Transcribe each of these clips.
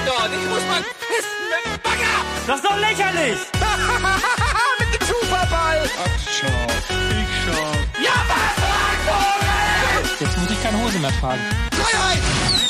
Gott, ich muss mal pissen mit dem Bagger! Das ist doch lächerlich! Mit dem Superball! Ach, schau, ich schau. Ja, was, Vogel! Jetzt muss ich keine Hose mehr tragen. Freiheit!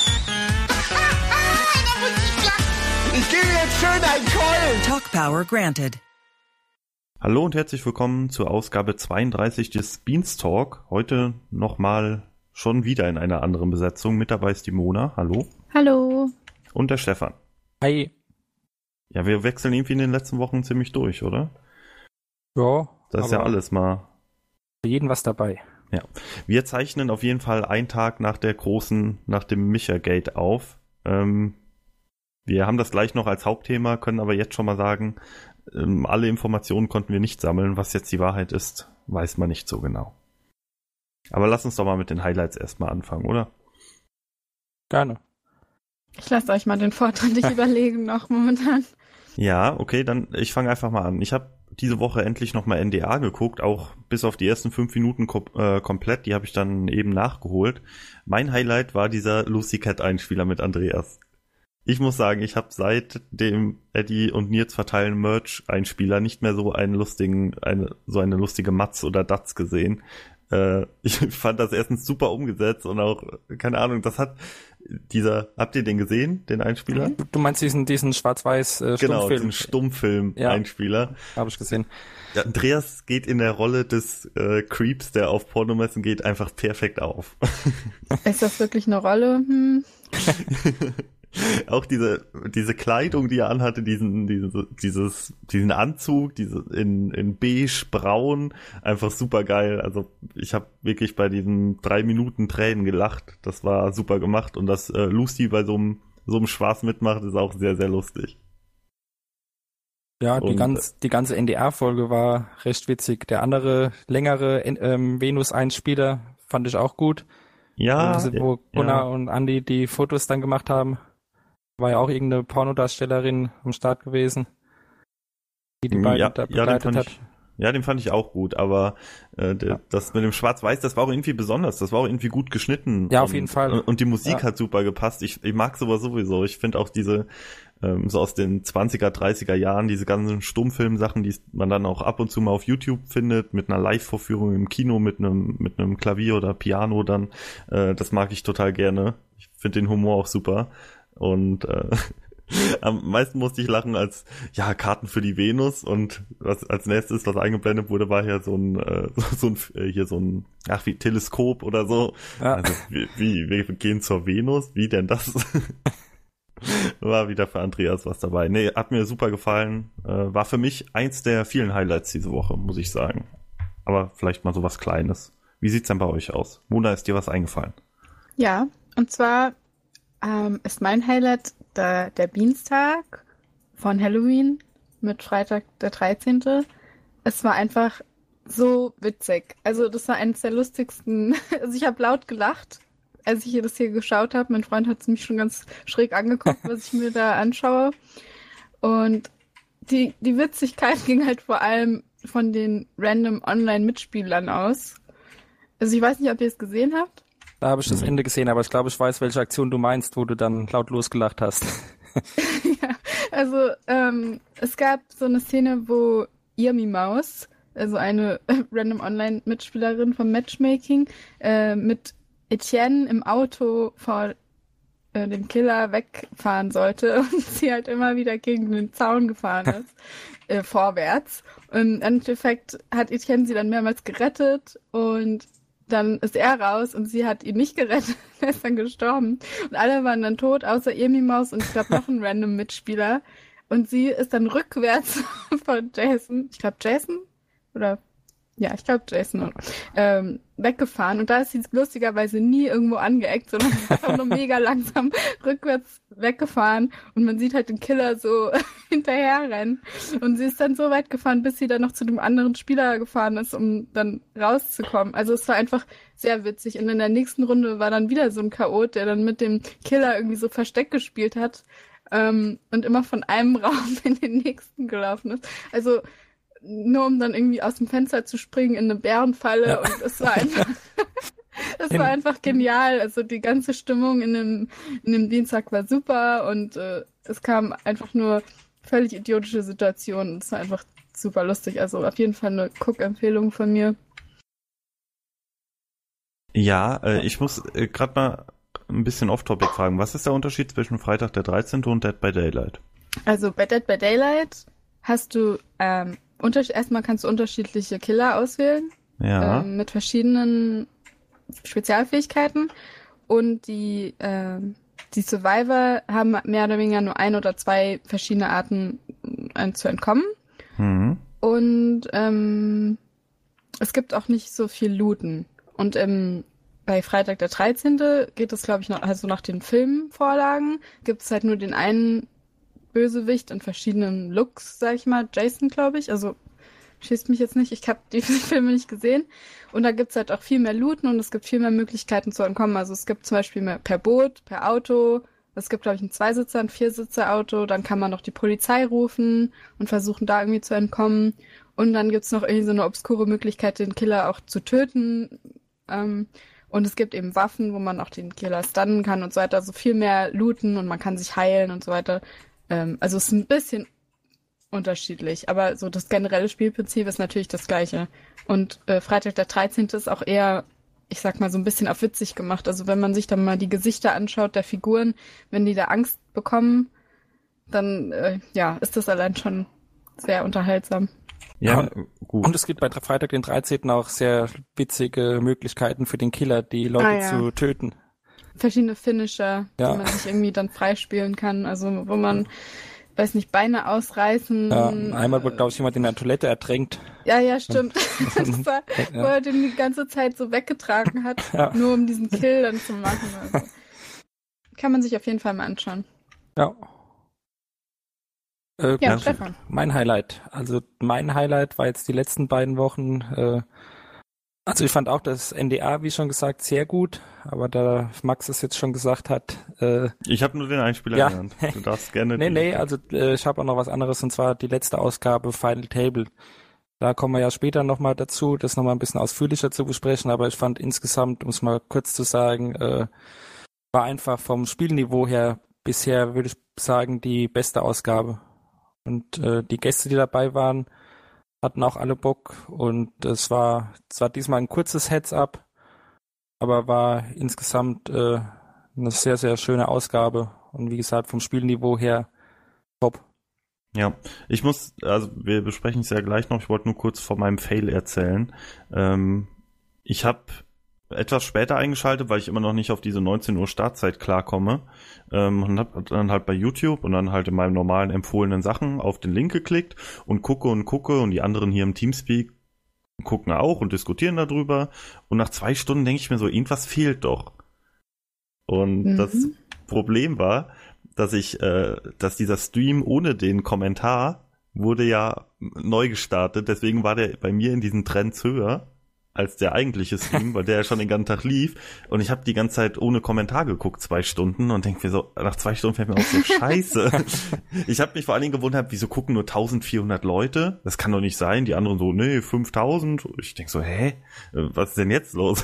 Da muss ich lachen. Ich gebe jetzt schön einen Keulen! Talk Power granted. Hallo und herzlich willkommen zur Ausgabe 32 des Beanstalk. Heute nochmal schon wieder in einer anderen Besetzung. Mit dabei ist die Mona. Hallo. Hallo. Und der Stefan. Hi. Ja, wir wechseln irgendwie in den letzten Wochen ziemlich durch, oder? Ja. Das ist ja alles mal. Für jeden was dabei. Ja. Wir zeichnen auf jeden Fall einen Tag nach dem Micha-Gate auf. Wir haben das gleich noch als Hauptthema, können aber jetzt schon mal sagen, alle Informationen konnten wir nicht sammeln. Was jetzt die Wahrheit ist, weiß man nicht so genau. Aber lass uns doch mal mit den Highlights erstmal anfangen, oder? Gerne. Ich lasse euch mal den Vortritt, ich überlege noch momentan. Ja, okay, dann ich fange einfach mal an. Ich habe diese Woche endlich nochmal NDA geguckt, auch bis auf die ersten 5 Minuten komplett. Die habe ich dann eben nachgeholt. Mein Highlight war dieser Lucy Cat Einspieler mit Andreas. Ich muss sagen, ich habe seit dem Eddie und Nils verteilen Merch-Einspieler nicht mehr so eine lustige Matz oder Datz gesehen. Ich fand das erstens super umgesetzt und auch, keine Ahnung, habt ihr den gesehen, den Einspieler? Du meinst diesen schwarz-weiß Stummfilm? Genau, diesen Stummfilm-Einspieler. Ja, habe ich gesehen. Ja, Andreas geht in der Rolle des Creeps, der auf Pornomessen geht, einfach perfekt auf. Ist das wirklich eine Rolle? Auch diese Kleidung, die er anhatte, diesen Anzug, in beige, braun, einfach super geil. Also ich habe wirklich bei diesen 3 Minuten Tränen gelacht. Das war super gemacht und dass Lucy bei so einem Spaß mitmacht, ist auch sehr, sehr lustig. Ja, die ganze NDR-Folge war recht witzig. Der andere, längere Venus-Einspieler fand ich auch gut. Ja. Wo Gunnar und Andi die Fotos dann gemacht haben. War ja auch irgendeine Pornodarstellerin am Start gewesen, die beiden da begleitet hat. Ja, den fand ich auch gut, aber das mit dem Schwarz-Weiß, das war auch irgendwie besonders, das war auch irgendwie gut geschnitten. Ja, auf jeden Fall. Und die Musik hat super gepasst. Ich mag sowas sowieso. Ich finde auch diese, so aus den 20er, 30er Jahren, diese ganzen Stummfilm-Sachen, die man dann auch ab und zu mal auf YouTube findet, mit einer Live-Vorführung im Kino, mit einem Klavier oder Piano dann, das mag ich total gerne. Ich finde den Humor auch super. Und am meisten musste ich lachen als Karten für die Venus, und was als nächstes, was eingeblendet wurde, war hier so ein Teleskop oder so. Ja. Also wir gehen zur Venus, wie denn das? War wieder für Andreas was dabei. Nee, hat mir super gefallen. War für mich eins der vielen Highlights diese Woche, muss ich sagen. Aber vielleicht mal so was Kleines. Wie sieht's denn bei euch aus? Mona, ist dir was eingefallen? Ja, und zwar ist mein Highlight der Beanstag von Halloween mit Freitag der 13. Es war einfach so witzig. Also das war eines der lustigsten. Also ich habe laut gelacht, als ich das hier geschaut habe. Mein Freund hat mich schon ganz schräg angeguckt, was ich mir da anschaue. Und die Witzigkeit ging halt vor allem von den random Online-Mitspielern aus. Also ich weiß nicht, ob ihr es gesehen habt. Da habe ich das Ende gesehen, aber ich glaube, ich weiß, welche Aktion du meinst, wo du dann laut losgelacht hast. Ja, also es gab so eine Szene, wo Yummy Maus, also eine random Online-Mitspielerin vom Matchmaking, mit Etienne im Auto vor dem Killer wegfahren sollte und sie halt immer wieder gegen den Zaun gefahren ist, vorwärts. Und im Endeffekt hat Etienne sie dann mehrmals gerettet und dann ist er raus und sie hat ihn nicht gerettet. Er ist dann gestorben. Und alle waren dann tot, außer Yummy Maus und ich glaube noch ein random Mitspieler. Und sie ist dann rückwärts von Jason, ich glaube Jason, weggefahren. Und da ist sie lustigerweise nie irgendwo angeeckt, sondern einfach nur mega langsam rückwärts weggefahren. Und man sieht halt den Killer so hinterherrennen. Und sie ist dann so weit gefahren, bis sie dann noch zu dem anderen Spieler gefahren ist, um dann rauszukommen. Also es war einfach sehr witzig. Und in der nächsten Runde war dann wieder so ein Chaot, der dann mit dem Killer irgendwie so Versteck gespielt hat. Und immer von einem Raum in den nächsten gelaufen ist. Also nur um dann irgendwie aus dem Fenster zu springen in eine Bärenfalle. Ja. Und es war einfach Das war einfach genial. Also die ganze Stimmung in dem Dienstag war super und es kam einfach nur völlig idiotische Situationen. Es war einfach super lustig. Also auf jeden Fall eine Guck-Empfehlung von mir. Ja, ich muss gerade mal ein bisschen off-topic fragen. Was ist der Unterschied zwischen Freitag der 13. und Dead by Daylight? Also bei Dead by Daylight hast du erstmal kannst du unterschiedliche Killer auswählen. Ja. Mit verschiedenen Spezialfähigkeiten. Und die Survivor haben mehr oder weniger nur 1 oder 2 verschiedene Arten zu entkommen. Mhm. Und es gibt auch nicht so viel Looten. Und bei Freitag der 13. geht es, glaube ich, noch, also nach den Filmvorlagen, gibt es halt nur den einen Bösewicht in verschiedenen Looks, sag ich mal. Jason, glaube ich. Also schießt mich jetzt nicht, ich habe die Filme nicht gesehen. Und da gibt's halt auch viel mehr Looten und es gibt viel mehr Möglichkeiten zu entkommen. Also es gibt zum Beispiel mehr per Boot, per Auto. Es gibt, glaube ich, ein 2-Sitzer, ein 4-Sitzer-Auto. Dann kann man noch die Polizei rufen und versuchen, da irgendwie zu entkommen. Und dann gibt's noch irgendwie so eine obskure Möglichkeit, den Killer auch zu töten. Und es gibt eben Waffen, wo man auch den Killer stunnen kann und so weiter. Also viel mehr looten und man kann sich heilen und so weiter. Also es ist ein bisschen unterschiedlich, aber so das generelle Spielprinzip ist natürlich das gleiche. Und Freitag der 13. ist auch eher, ich sag mal, so ein bisschen auf witzig gemacht. Also wenn man sich dann mal die Gesichter anschaut der Figuren, wenn die da Angst bekommen, dann ist das allein schon sehr unterhaltsam. Ja, gut. Und es gibt bei Freitag den 13. auch sehr witzige Möglichkeiten für den Killer, die Leute zu töten. Verschiedene Finisher, die man sich irgendwie dann freispielen kann. Also wo man, weiß nicht, Beine ausreißen. Ja, einmal wurde, glaube ich, jemand in der Toilette ertränkt. Ja, stimmt. Das war, wo er den die ganze Zeit so weggetragen hat, nur um diesen Kill dann zu machen. Also, kann man sich auf jeden Fall mal anschauen. Ja. Stefan. Mein Highlight. Also mein Highlight war jetzt die letzten beiden Wochen. Also ich fand auch das NDA, wie schon gesagt, sehr gut. Aber da Max es jetzt schon gesagt hat. Ich habe nur den Einspieler genannt. Du darfst gerne. Nee, also ich habe auch noch was anderes und zwar die letzte Ausgabe Final Table. Da kommen wir ja später nochmal dazu, das nochmal ein bisschen ausführlicher zu besprechen. Aber ich fand insgesamt, um es mal kurz zu sagen, war einfach vom Spielniveau her bisher, würde ich sagen, die beste Ausgabe. Und die Gäste, die dabei waren, hatten auch alle Bock. Und es war diesmal ein kurzes Heads-up, aber war insgesamt eine sehr, sehr schöne Ausgabe. Und wie gesagt, vom Spielniveau her top. Ja, wir besprechen es ja gleich noch. Ich wollte nur kurz von meinem Fail erzählen. Ich habe etwas später eingeschaltet, weil ich immer noch nicht auf diese 19 Uhr Startzeit klarkomme. Und hab dann halt bei YouTube und dann halt in meinen normalen empfohlenen Sachen auf den Link geklickt und gucke und die anderen hier im Teamspeak gucken auch und diskutieren darüber. Und nach 2 Stunden denke ich mir so, irgendwas fehlt doch. Und das Problem war, dass dieser Stream ohne den Kommentar wurde ja neu gestartet. Deswegen war der bei mir in diesen Trends höher als der eigentliche Stream, weil der ja schon den ganzen Tag lief. Und ich habe die ganze Zeit ohne Kommentar geguckt, 2 Stunden und denke mir so, nach 2 Stunden fällt mir auch so scheiße. Ich habe mich vor allen Dingen gewundert, wieso gucken nur 1400 Leute? Das kann doch nicht sein. Die anderen so, nee, 5000. Ich denke so, was ist denn jetzt los?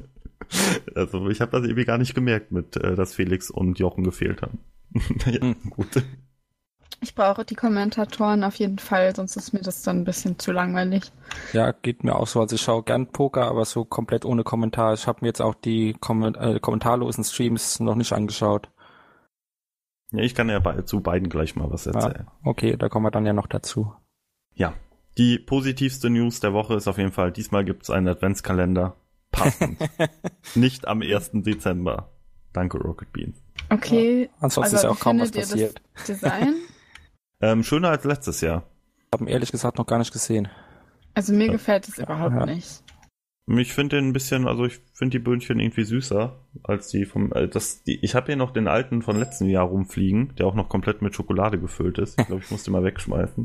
Also ich habe das irgendwie gar nicht gemerkt, dass Felix und Jochen gefehlt haben. Ja, gut. Ich brauche die Kommentatoren auf jeden Fall, sonst ist mir das dann ein bisschen zu langweilig. Ja, geht mir auch so. Also ich schaue gern Poker, aber so komplett ohne Kommentar. Ich habe mir jetzt auch die kommentarlosen Streams noch nicht angeschaut. Ja, ich kann ja zu beiden gleich mal was erzählen. Ja, okay, da kommen wir dann ja noch dazu. Ja, die positivste News der Woche ist auf jeden Fall, diesmal gibt es einen Adventskalender. Passend. Nicht am 1. Dezember. Danke, Rocket Beans. Okay, ansonsten ist ja auch kaum was passiert. Das Design? Schöner als letztes Jahr. Ich habe ihn ehrlich gesagt noch gar nicht gesehen. Also mir gefällt es überhaupt nicht. Ich finde den ein bisschen, also ich finde die Böhnchen irgendwie süßer als die vom, ich habe hier noch den alten von letzten Jahr rumfliegen, der auch noch komplett mit Schokolade gefüllt ist. Ich glaube, ich musste mal wegschmeißen.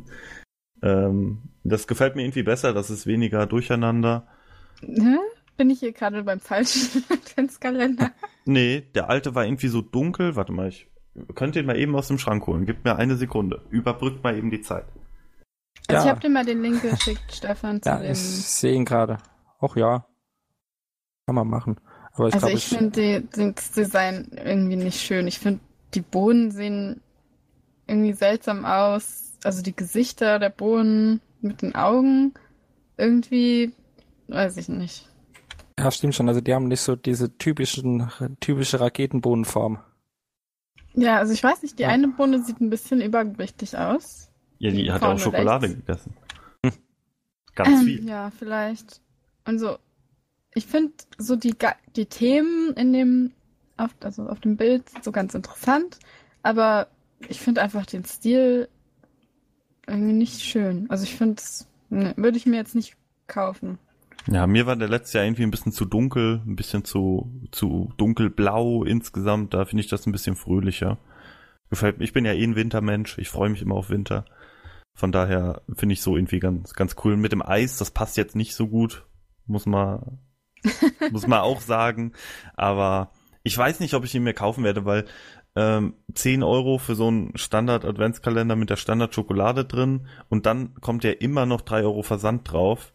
Das gefällt mir irgendwie besser, das ist weniger durcheinander. Bin ich hier gerade beim falschen Adventskalender? Nee, der alte war irgendwie so dunkel. Warte mal, ich könnte ihn mal eben aus dem Schrank holen. Gib mir 1 Sekunde. Überbrückt mal eben die Zeit. Also ich habe dir mal den Link geschickt, Stefan, zu dem... Ich sehe ihn gerade. Ach ja. Kann man machen. Aber Also ich finde das Design irgendwie nicht schön. Ich finde, die Bohnen sehen irgendwie seltsam aus. Also die Gesichter der Bohnen mit den Augen irgendwie, weiß ich nicht. Ja, stimmt schon. Also die haben nicht so diese typische Raketenbohnenform. Ja, also ich weiß nicht, die eine Bohne sieht ein bisschen übergewichtig aus. Ja, die hat vorne auch Schokolade rechts. gegessen. Ganz viel. Ja, vielleicht. Und so, ich finde so die Themen auf dem Bild sind so ganz interessant, aber ich finde einfach den Stil irgendwie nicht schön. Also ich finde es, würde ich mir jetzt nicht kaufen. Ja, mir war der letzte Jahr irgendwie ein bisschen zu dunkel, ein bisschen zu dunkelblau insgesamt. Da finde ich das ein bisschen fröhlicher. Gefällt mir. Ich bin ja ein Wintermensch. Ich freue mich immer auf Winter. Von daher finde ich so irgendwie ganz, ganz cool. Mit dem Eis, das passt jetzt nicht so gut. Muss man auch sagen. Aber ich weiß nicht, ob ich ihn mir kaufen werde, weil 10 € für so einen Standard-Adventskalender mit der Standard-Schokolade drin und dann kommt ja immer noch 3 € Versand drauf.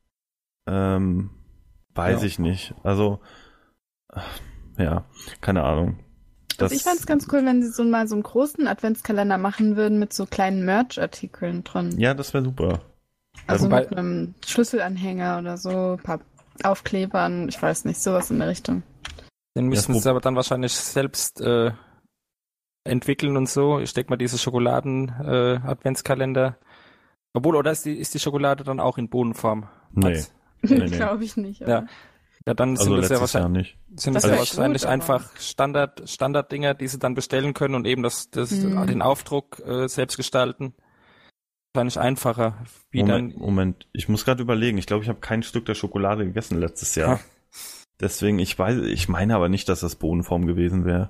Weiß ich nicht. Also, ja, keine Ahnung. Also ich fand's ganz cool, wenn sie mal so einen großen Adventskalender machen würden mit so kleinen Merch-Artikeln drin. Ja, das wäre super. Also mit einem Schlüsselanhänger oder so, ein paar Aufklebern, ich weiß nicht, sowas in der Richtung. Den müssen sie aber dann wahrscheinlich selbst entwickeln und so. Ich denke mal, diese Schokoladen-Adventskalender. Obwohl, oder ist die Schokolade dann auch in Bohnenform? Nee. Glaube ich nicht. Ja, dann also sind das ja wahrscheinlich, gut, einfach Standarddinger, die sie dann bestellen können und eben den Aufdruck selbst gestalten. Wahrscheinlich einfacher. Moment, ich muss gerade überlegen. Ich glaube, ich habe kein Stück der Schokolade gegessen letztes Jahr. Deswegen, ich meine aber nicht, dass das Bohnenform gewesen wäre.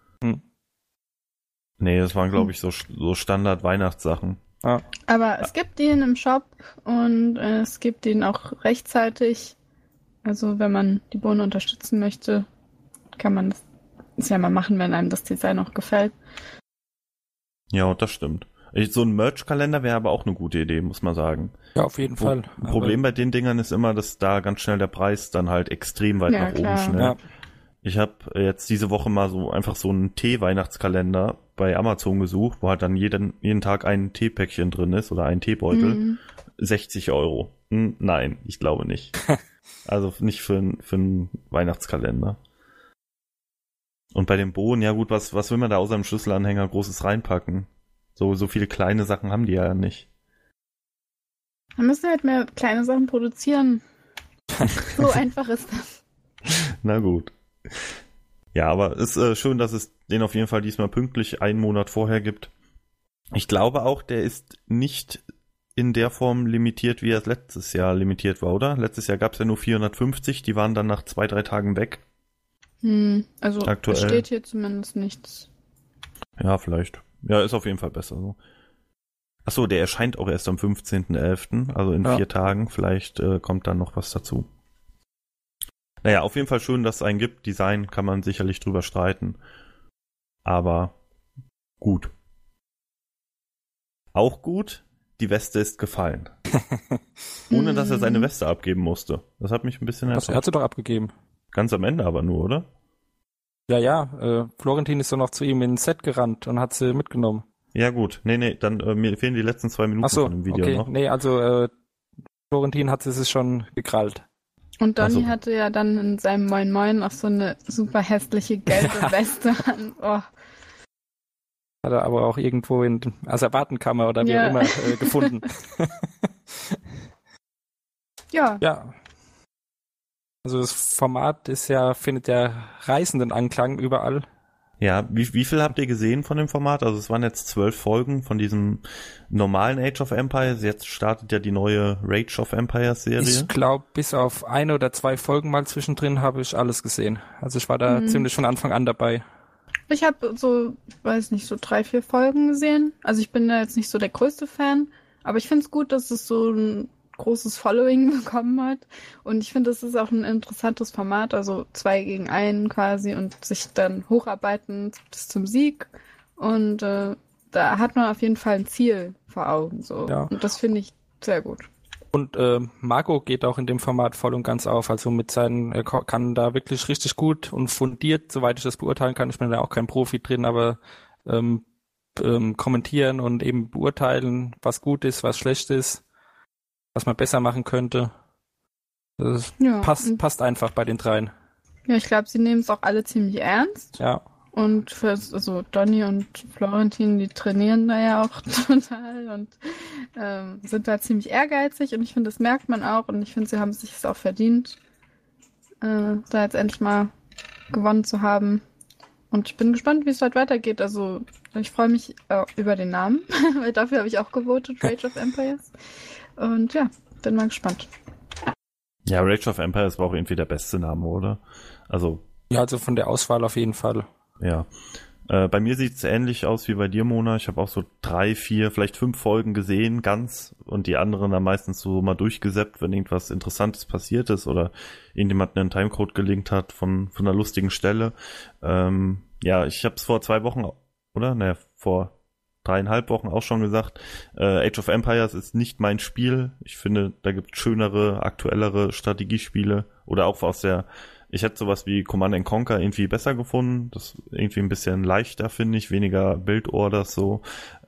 Nee, das waren, glaube ich, so Standard-Weihnachtssachen. Ja. Aber es gibt den im Shop und es gibt den auch rechtzeitig. Also wenn man die Bohnen unterstützen möchte, kann man das ja mal machen, wenn einem das Design auch gefällt. Ja, das stimmt. So ein Merch-Kalender wäre aber auch eine gute Idee, muss man sagen. Ja, auf jeden Fall. Problem bei den Dingern ist immer, dass da ganz schnell der Preis dann halt extrem weit nach oben schnellt. Ja. Ich habe jetzt diese Woche mal so einen Tee-Weihnachtskalender bei Amazon gesucht, wo halt dann jeden Tag ein Teepäckchen drin ist oder ein Teebeutel. 60 €. Nein, ich glaube nicht. Also nicht für einen Weihnachtskalender. Und bei den Bohnen, ja gut, was will man da außer einem Schlüsselanhänger Großes reinpacken? So viele kleine Sachen haben die ja nicht. Man müsste halt mehr kleine Sachen produzieren. So einfach ist das. Na gut. Ja, aber es ist schön, dass es den auf jeden Fall diesmal pünktlich einen Monat vorher gibt. Ich glaube auch, der ist nicht in der Form limitiert, wie er letztes Jahr limitiert war, oder? Letztes Jahr gab es ja nur 450, die waren dann nach 2-3 Tagen weg. Also aktuell. Es steht hier zumindest nichts. Ja, vielleicht. Ja, ist auf jeden Fall besser so. Achso, der erscheint auch erst am 15.11., also in 4 Tagen. Vielleicht kommt dann noch was dazu. Naja, auf jeden Fall schön, dass es einen gibt. Design kann man sicherlich drüber streiten. Aber gut. Auch gut, die Weste ist gefallen. Ohne, dass er seine Weste abgeben musste. Das hat mich ein bisschen enttäuscht. Er hat sie doch abgegeben. Ganz am Ende aber nur, oder? Ja. Florentin ist doch noch zu ihm in ein Set gerannt und hat sie mitgenommen. Ja gut. Nee, dann mir fehlen die letzten 2 Minuten von dem Video noch. Nee, also Florentin hat sie schon gekrallt. Und Donny hatte ja dann in seinem Moin Moin auch so eine super hässliche gelbe Weste an. Oh. Hat er aber auch irgendwo in der Asservatenkammer oder wie auch immer gefunden. Ja. Also das Format findet ja reißenden Anklang überall. Ja, wie viel habt ihr gesehen von dem Format? Also es waren jetzt 12 Folgen von diesem normalen Age of Empires. Jetzt startet ja die neue Rage of Empires Serie. Ich glaube, bis auf 1 oder 2 Folgen mal zwischendrin habe ich alles gesehen. Also ich war da ziemlich von Anfang an dabei. Ich habe so 3-4 Folgen gesehen. Also ich bin da jetzt nicht so der größte Fan, aber ich finde es gut, dass es so ein großes Following bekommen hat. Und ich finde, das ist auch ein interessantes Format, also 2 gegen 1 quasi und sich dann hocharbeiten bis zum Sieg. Und da hat man auf jeden Fall ein Ziel vor Augen. So. Ja. Und das finde ich sehr gut. Und Marco geht auch in dem Format voll und ganz auf. Also mit seinen, er kann da wirklich richtig gut und fundiert, soweit ich das beurteilen kann. Ich bin da auch kein Profi drin, aber kommentieren und eben beurteilen, was gut ist, was schlecht ist, was man besser machen könnte. Das passt einfach bei den dreien. Ja, ich glaube, sie nehmen es auch alle ziemlich ernst. Ja. Und also Donny und Florentin, die trainieren da ja auch total und sind da ziemlich ehrgeizig. Und ich finde, das merkt man auch. Und ich finde, sie haben sich es auch verdient, da jetzt endlich mal gewonnen zu haben. Und ich bin gespannt, wie es halt weitergeht. Also ich freue mich über den Namen, weil dafür habe ich auch gewotet, Rage of Empires. Und ja, bin mal gespannt. Ja, Rage of Empires war auch irgendwie der beste Name, oder? Also von der Auswahl auf jeden Fall. Ja. Bei mir sieht's ähnlich aus wie bei dir, Mona. Ich habe auch so 3, 4, vielleicht 5 Folgen gesehen, ganz. Und die anderen dann meistens so mal durchgesäppt, wenn irgendwas Interessantes passiert ist oder irgendjemand einen Timecode gelinkt hat von einer lustigen Stelle. Ja, ich habe es vor 2 Wochen, oder? Naja, vor 3,5 Wochen auch schon gesagt. Age of Empires ist nicht mein Spiel. Ich finde, da gibt es schönere, aktuellere Strategiespiele. Oder auch ich hätte sowas wie Command & Conquer irgendwie besser gefunden. Das ist irgendwie ein bisschen leichter, finde ich. Weniger Build-Orders so.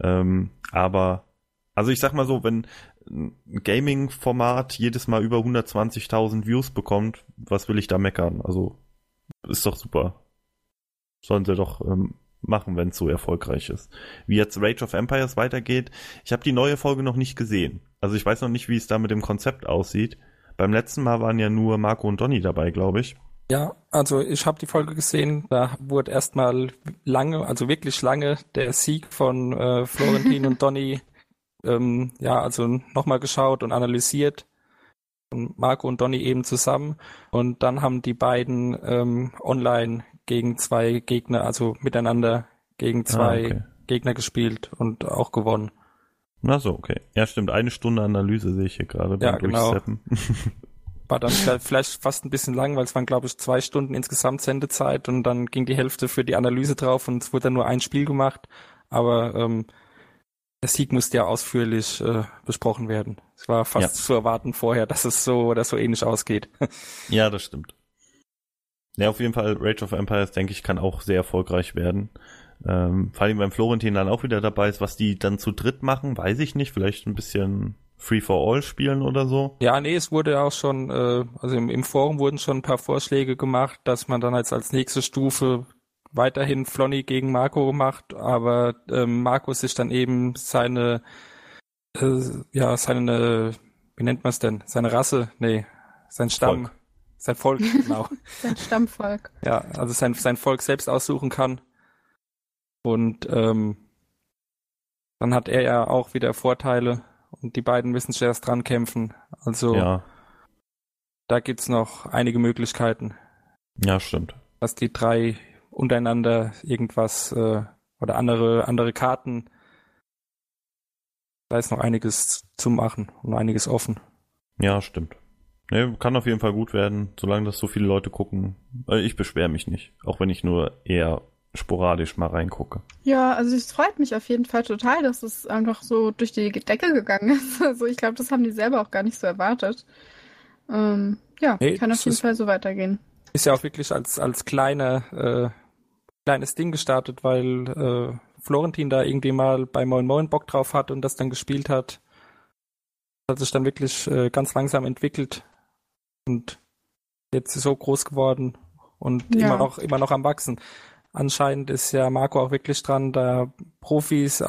Aber, also ich sag mal so, wenn ein Gaming-Format jedes Mal über 120.000 Views bekommt, was will ich da meckern? Also, ist doch super. Sollen sie doch machen, wenn es so erfolgreich ist. Wie jetzt Rage of Empires weitergeht. Ich habe die neue Folge noch nicht gesehen. Also ich weiß noch nicht, wie es da mit dem Konzept aussieht. Beim letzten Mal waren ja nur Marco und Donny dabei, glaube ich. Ja, also ich habe die Folge gesehen, da wurde erstmal lange, also wirklich lange, der Sieg von Florentin und Donny also nochmal geschaut und analysiert. Und Marco und Donny eben zusammen. Und dann haben die beiden online gegen 2 Gegner, also miteinander gegen 2 Gegner gespielt und auch gewonnen. Na so, okay. Ja, stimmt. 1 Stunde Analyse sehe ich hier gerade beim Durchsteppen. War dann vielleicht fast ein bisschen lang, weil es waren, glaube ich, 2 Stunden insgesamt Sendezeit und dann ging die Hälfte für die Analyse drauf und es wurde dann nur ein Spiel gemacht. Aber der Sieg musste ja ausführlich besprochen werden. Es war fast zu erwarten vorher, dass es so oder so ähnlich ausgeht. Ja, das stimmt. Ja, auf jeden Fall, Rage of Empires, denke ich, kann auch sehr erfolgreich werden. Vor allem, wenn Florentin dann auch wieder dabei ist, was die dann zu dritt machen, weiß ich nicht. Vielleicht ein bisschen Free-for-All spielen oder so. Ja, nee, es wurde ja auch schon, also im Forum wurden schon ein paar Vorschläge gemacht, dass man dann als nächste Stufe weiterhin Flonny gegen Marco macht, aber Marco sich dann eben seine, wie nennt man es denn? Seine Rasse? Nee, sein Stamm. Volk. Sein Volk, genau. Sein Stammvolk. Ja, also sein Volk selbst aussuchen kann. Und dann hat er ja auch wieder Vorteile und die beiden müssen sich erst dran kämpfen. Also da gibt's noch einige Möglichkeiten. Ja, stimmt. Dass die 3 untereinander irgendwas oder andere Karten, da ist noch einiges zu machen und einiges offen. Ja, stimmt. Ne, kann auf jeden Fall gut werden, solange das so viele Leute gucken. Ich beschwere mich nicht, auch wenn ich nur eher sporadisch mal reingucke. Ja, also es freut mich auf jeden Fall total, dass es einfach so durch die Decke gegangen ist. Also ich glaube, das haben die selber auch gar nicht so erwartet. Kann auf jeden Fall so weitergehen. Ist ja auch wirklich als kleines Ding gestartet, weil Florentin da irgendwie mal bei Moin Moin Bock drauf hat und das dann gespielt hat. Das hat sich dann wirklich ganz langsam entwickelt und jetzt ist so groß geworden und immer noch am Wachsen. Anscheinend ist ja Marco auch wirklich dran, da Profis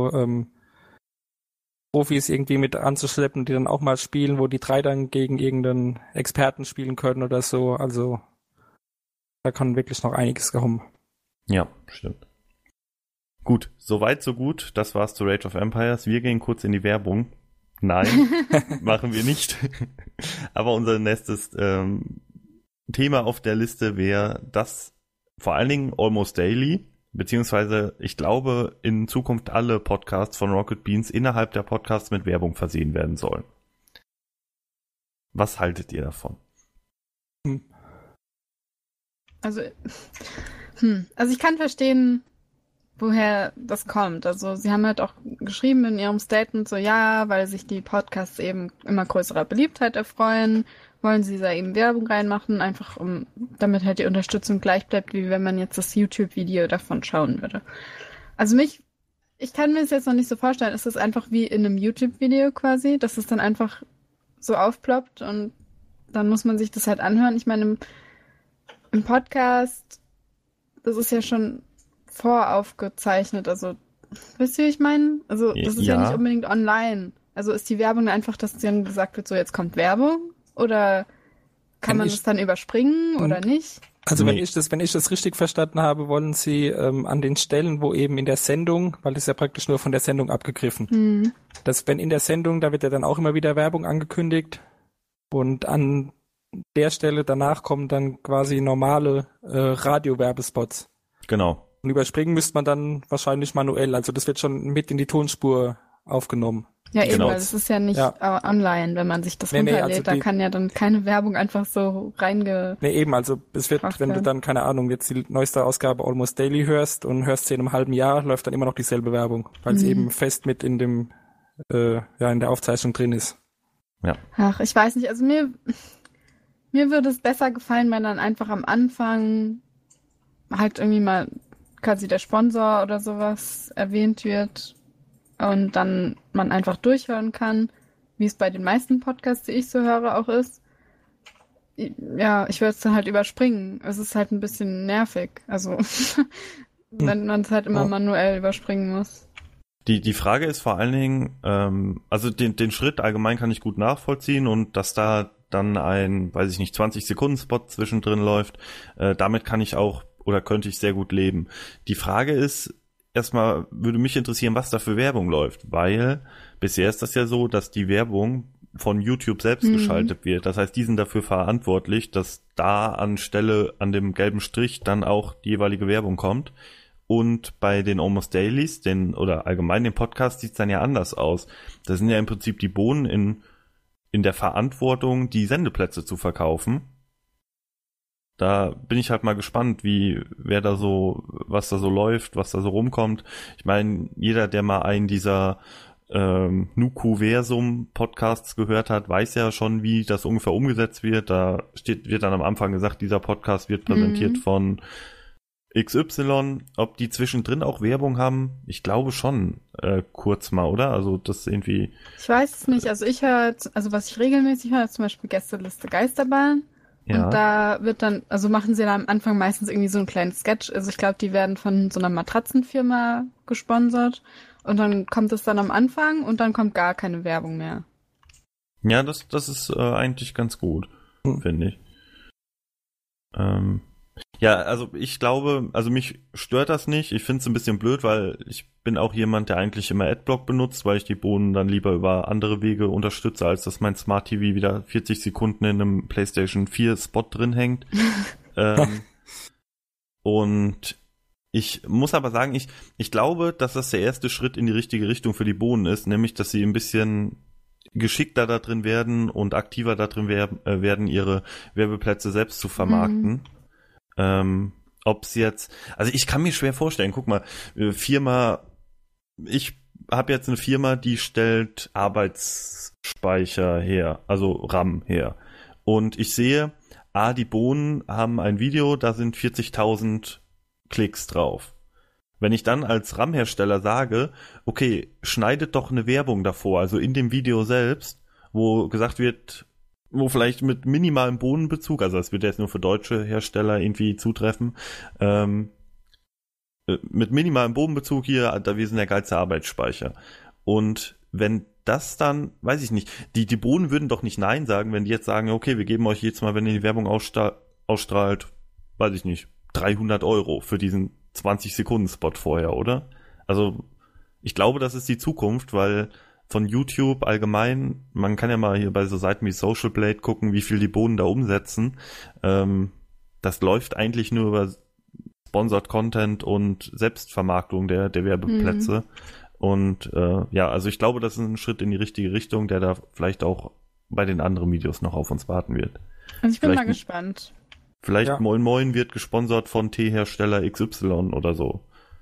irgendwie mit anzuschleppen, die dann auch mal spielen, wo die 3 dann gegen irgendeinen Experten spielen können oder so. Also da kann wirklich noch einiges kommen. Ja, stimmt. Gut, soweit so gut. Das war's zu Rage of Empires. Wir gehen kurz in die Werbung. Nein, machen wir nicht. Aber unser nächstes Thema auf der Liste wäre das vor allen Dingen Almost Daily, beziehungsweise ich glaube in Zukunft alle Podcasts von Rocket Beans innerhalb der Podcasts mit Werbung versehen werden sollen. Was haltet ihr davon? Also ich kann verstehen, woher das kommt. Also sie haben halt auch geschrieben in ihrem Statement so, ja, weil sich die Podcasts eben immer größerer Beliebtheit erfreuen, wollen sie da eben Werbung reinmachen, einfach damit halt die Unterstützung gleich bleibt, wie wenn man jetzt das YouTube-Video davon schauen würde. Also ich kann mir das jetzt noch nicht so vorstellen, ist das einfach wie in einem YouTube-Video quasi, dass es dann einfach so aufploppt und dann muss man sich das halt anhören. Ich meine, im Podcast, das ist ja schon voraufgezeichnet, also wisst ihr, wie ich meine? Also das ist ja nicht unbedingt online. Also ist die Werbung einfach, dass dann gesagt wird, so jetzt kommt Werbung? Oder kann man das dann überspringen oder nicht? Also wenn ich das richtig verstanden habe, wollen sie an den Stellen, wo eben in der Sendung, weil das ist ja praktisch nur von der Sendung abgegriffen, dass wenn in der Sendung, da wird ja dann auch immer wieder Werbung angekündigt und an der Stelle danach kommen dann quasi normale Radio-Werbespots. Genau. Und überspringen müsste man dann wahrscheinlich manuell, also das wird schon mit in die Tonspur aufgenommen. Ja, eben, weil es ist ja nicht online, wenn man sich das runterlädt, also da kann ja dann keine Werbung einfach so Nee, eben, also es wird, wenn du dann, keine Ahnung, jetzt die neueste Ausgabe Almost Daily hörst und hörst sie in einem halben Jahr, läuft dann immer noch dieselbe Werbung, weil es eben fest mit in dem, in der Aufzeichnung drin ist. Ja. Ach, ich weiß nicht, also mir würde es besser gefallen, wenn dann einfach am Anfang halt irgendwie mal quasi der Sponsor oder sowas erwähnt wird und dann man einfach durchhören kann, wie es bei den meisten Podcasts, die ich so höre, auch ist. Ja, ich würde es dann halt überspringen. Es ist halt ein bisschen nervig, also wenn man es halt immer manuell überspringen muss. Die Frage ist vor allen Dingen, also den Schritt allgemein kann ich gut nachvollziehen und dass da dann ein, weiß ich nicht, 20-Sekunden-Spot zwischendrin läuft, damit kann ich auch oder könnte ich sehr gut leben. Die Frage ist, erstmal würde mich interessieren, was da für Werbung läuft, weil bisher ist das ja so, dass die Werbung von YouTube selbst geschaltet wird. Das heißt, die sind dafür verantwortlich, dass da anstelle an dem gelben Strich dann auch die jeweilige Werbung kommt. Und bei den Almost Dailies, oder allgemein den Podcast, sieht es dann ja anders aus. Da sind ja im Prinzip die Bohnen in der Verantwortung, die Sendeplätze zu verkaufen. Da bin ich halt mal gespannt, was da so läuft, was da so rumkommt. Ich meine, jeder, der mal einen dieser Nukuversum-Podcasts gehört hat, weiß ja schon, wie das ungefähr umgesetzt wird. Da wird dann am Anfang gesagt, dieser Podcast wird präsentiert von XY. Ob die zwischendrin auch Werbung haben? Ich glaube schon, kurz mal, oder? Also das irgendwie... Ich weiß es nicht. Also was ich regelmäßig höre, ist zum Beispiel Gästeliste Geisterbahn. Ja. Und da wird dann, also machen sie da am Anfang meistens irgendwie so einen kleinen Sketch. Also ich glaube, die werden von so einer Matratzenfirma gesponsert. Und dann kommt es dann am Anfang und dann kommt gar keine Werbung mehr. Ja, das ist eigentlich ganz gut, finde ich. Ja, also ich glaube, also mich stört das nicht. Ich finde es ein bisschen blöd, weil ich bin auch jemand, der eigentlich immer Adblock benutzt, weil ich die Bohnen dann lieber über andere Wege unterstütze, als dass mein Smart TV wieder 40 Sekunden in einem PlayStation 4 Spot drin hängt. Und ich muss aber sagen, ich glaube, dass das der erste Schritt in die richtige Richtung für die Bohnen ist, nämlich, dass sie ein bisschen geschickter da drin werden und aktiver da drin werden, ihre Werbeplätze selbst zu vermarkten. Ob's jetzt, also ich kann mir schwer vorstellen, guck mal, ich habe jetzt eine Firma, die stellt Arbeitsspeicher her, also RAM her. Und ich sehe, die Bohnen haben ein Video, da sind 40.000 Klicks drauf. Wenn ich dann als RAM-Hersteller sage, okay, schneidet doch eine Werbung davor, also in dem Video selbst, wo gesagt wird, wo vielleicht mit minimalem Bohnenbezug, also das wird jetzt nur für deutsche Hersteller irgendwie zutreffen, mit minimalem Bohnenbezug hier, wir sind der geilste Arbeitsspeicher. Und wenn das dann, weiß ich nicht, die Bohnen würden doch nicht Nein sagen, wenn die jetzt sagen, okay, wir geben euch jetzt mal, wenn ihr die Werbung ausstrahlt, weiß ich nicht, 300 € für diesen 20-Sekunden-Spot vorher, oder? Also ich glaube, das ist die Zukunft, weil von YouTube allgemein, man kann ja mal hier bei so Seiten wie Social Blade gucken, wie viel die Bohnen da umsetzen. Das läuft eigentlich nur über Sponsored Content und Selbstvermarktung der Werbeplätze. Und also ich glaube, das ist ein Schritt in die richtige Richtung, der da vielleicht auch bei den anderen Videos noch auf uns warten wird. Also ich bin mal gespannt. Vielleicht Moin Moin wird gesponsert von Teehersteller XY oder so.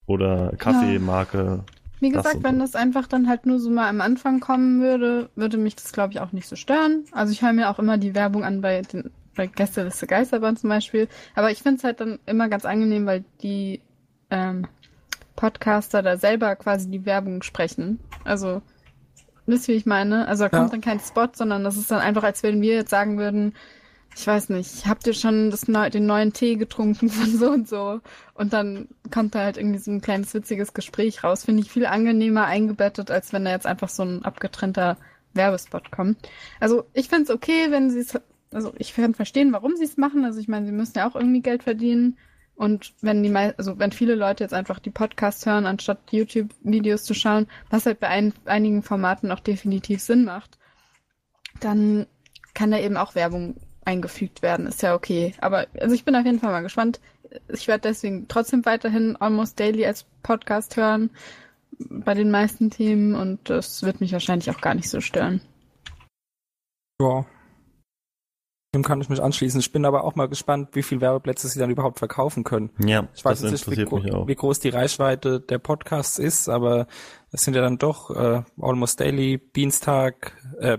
oder Kaffeemarke. Wie gesagt, wenn das einfach dann halt nur so mal am Anfang kommen würde, würde mich das, glaube ich, auch nicht so stören. Also ich höre mir auch immer die Werbung an bei Gästeliste Geisterbahn zum Beispiel. Aber ich finde es halt dann immer ganz angenehm, weil die Podcaster da selber quasi die Werbung sprechen. Also, wisst ihr, wie ich meine? Also da kommt dann kein Spot, sondern das ist dann einfach, als wenn wir jetzt sagen würden, ich weiß nicht, habt ihr schon den neuen Tee getrunken von so und so? Und dann kommt da halt irgendwie so ein kleines witziges Gespräch raus. Finde ich viel angenehmer eingebettet, als wenn da jetzt einfach so ein abgetrennter Werbespot kommt. Also ich finde es okay, wenn sie es, also ich kann verstehen, warum sie es machen. Also ich meine, sie müssen ja auch irgendwie Geld verdienen. Und wenn wenn viele Leute jetzt einfach die Podcasts hören, anstatt YouTube-Videos zu schauen, was halt bei einigen Formaten auch definitiv Sinn macht, dann kann da eben auch Werbung eingefügt werden. Ist ja okay. Aber also ich bin auf jeden Fall mal gespannt. Ich werde deswegen trotzdem weiterhin Almost Daily als Podcast hören bei den meisten Themen und das wird mich wahrscheinlich auch gar nicht so stören. Ja. Dem kann ich mich anschließen. Ich bin aber auch mal gespannt, wie viele Werbeplätze sie dann überhaupt verkaufen können. Ja, ich weiß jetzt nicht, wie groß die Reichweite der Podcasts ist, aber es sind ja dann doch Almost Daily, Beanstag,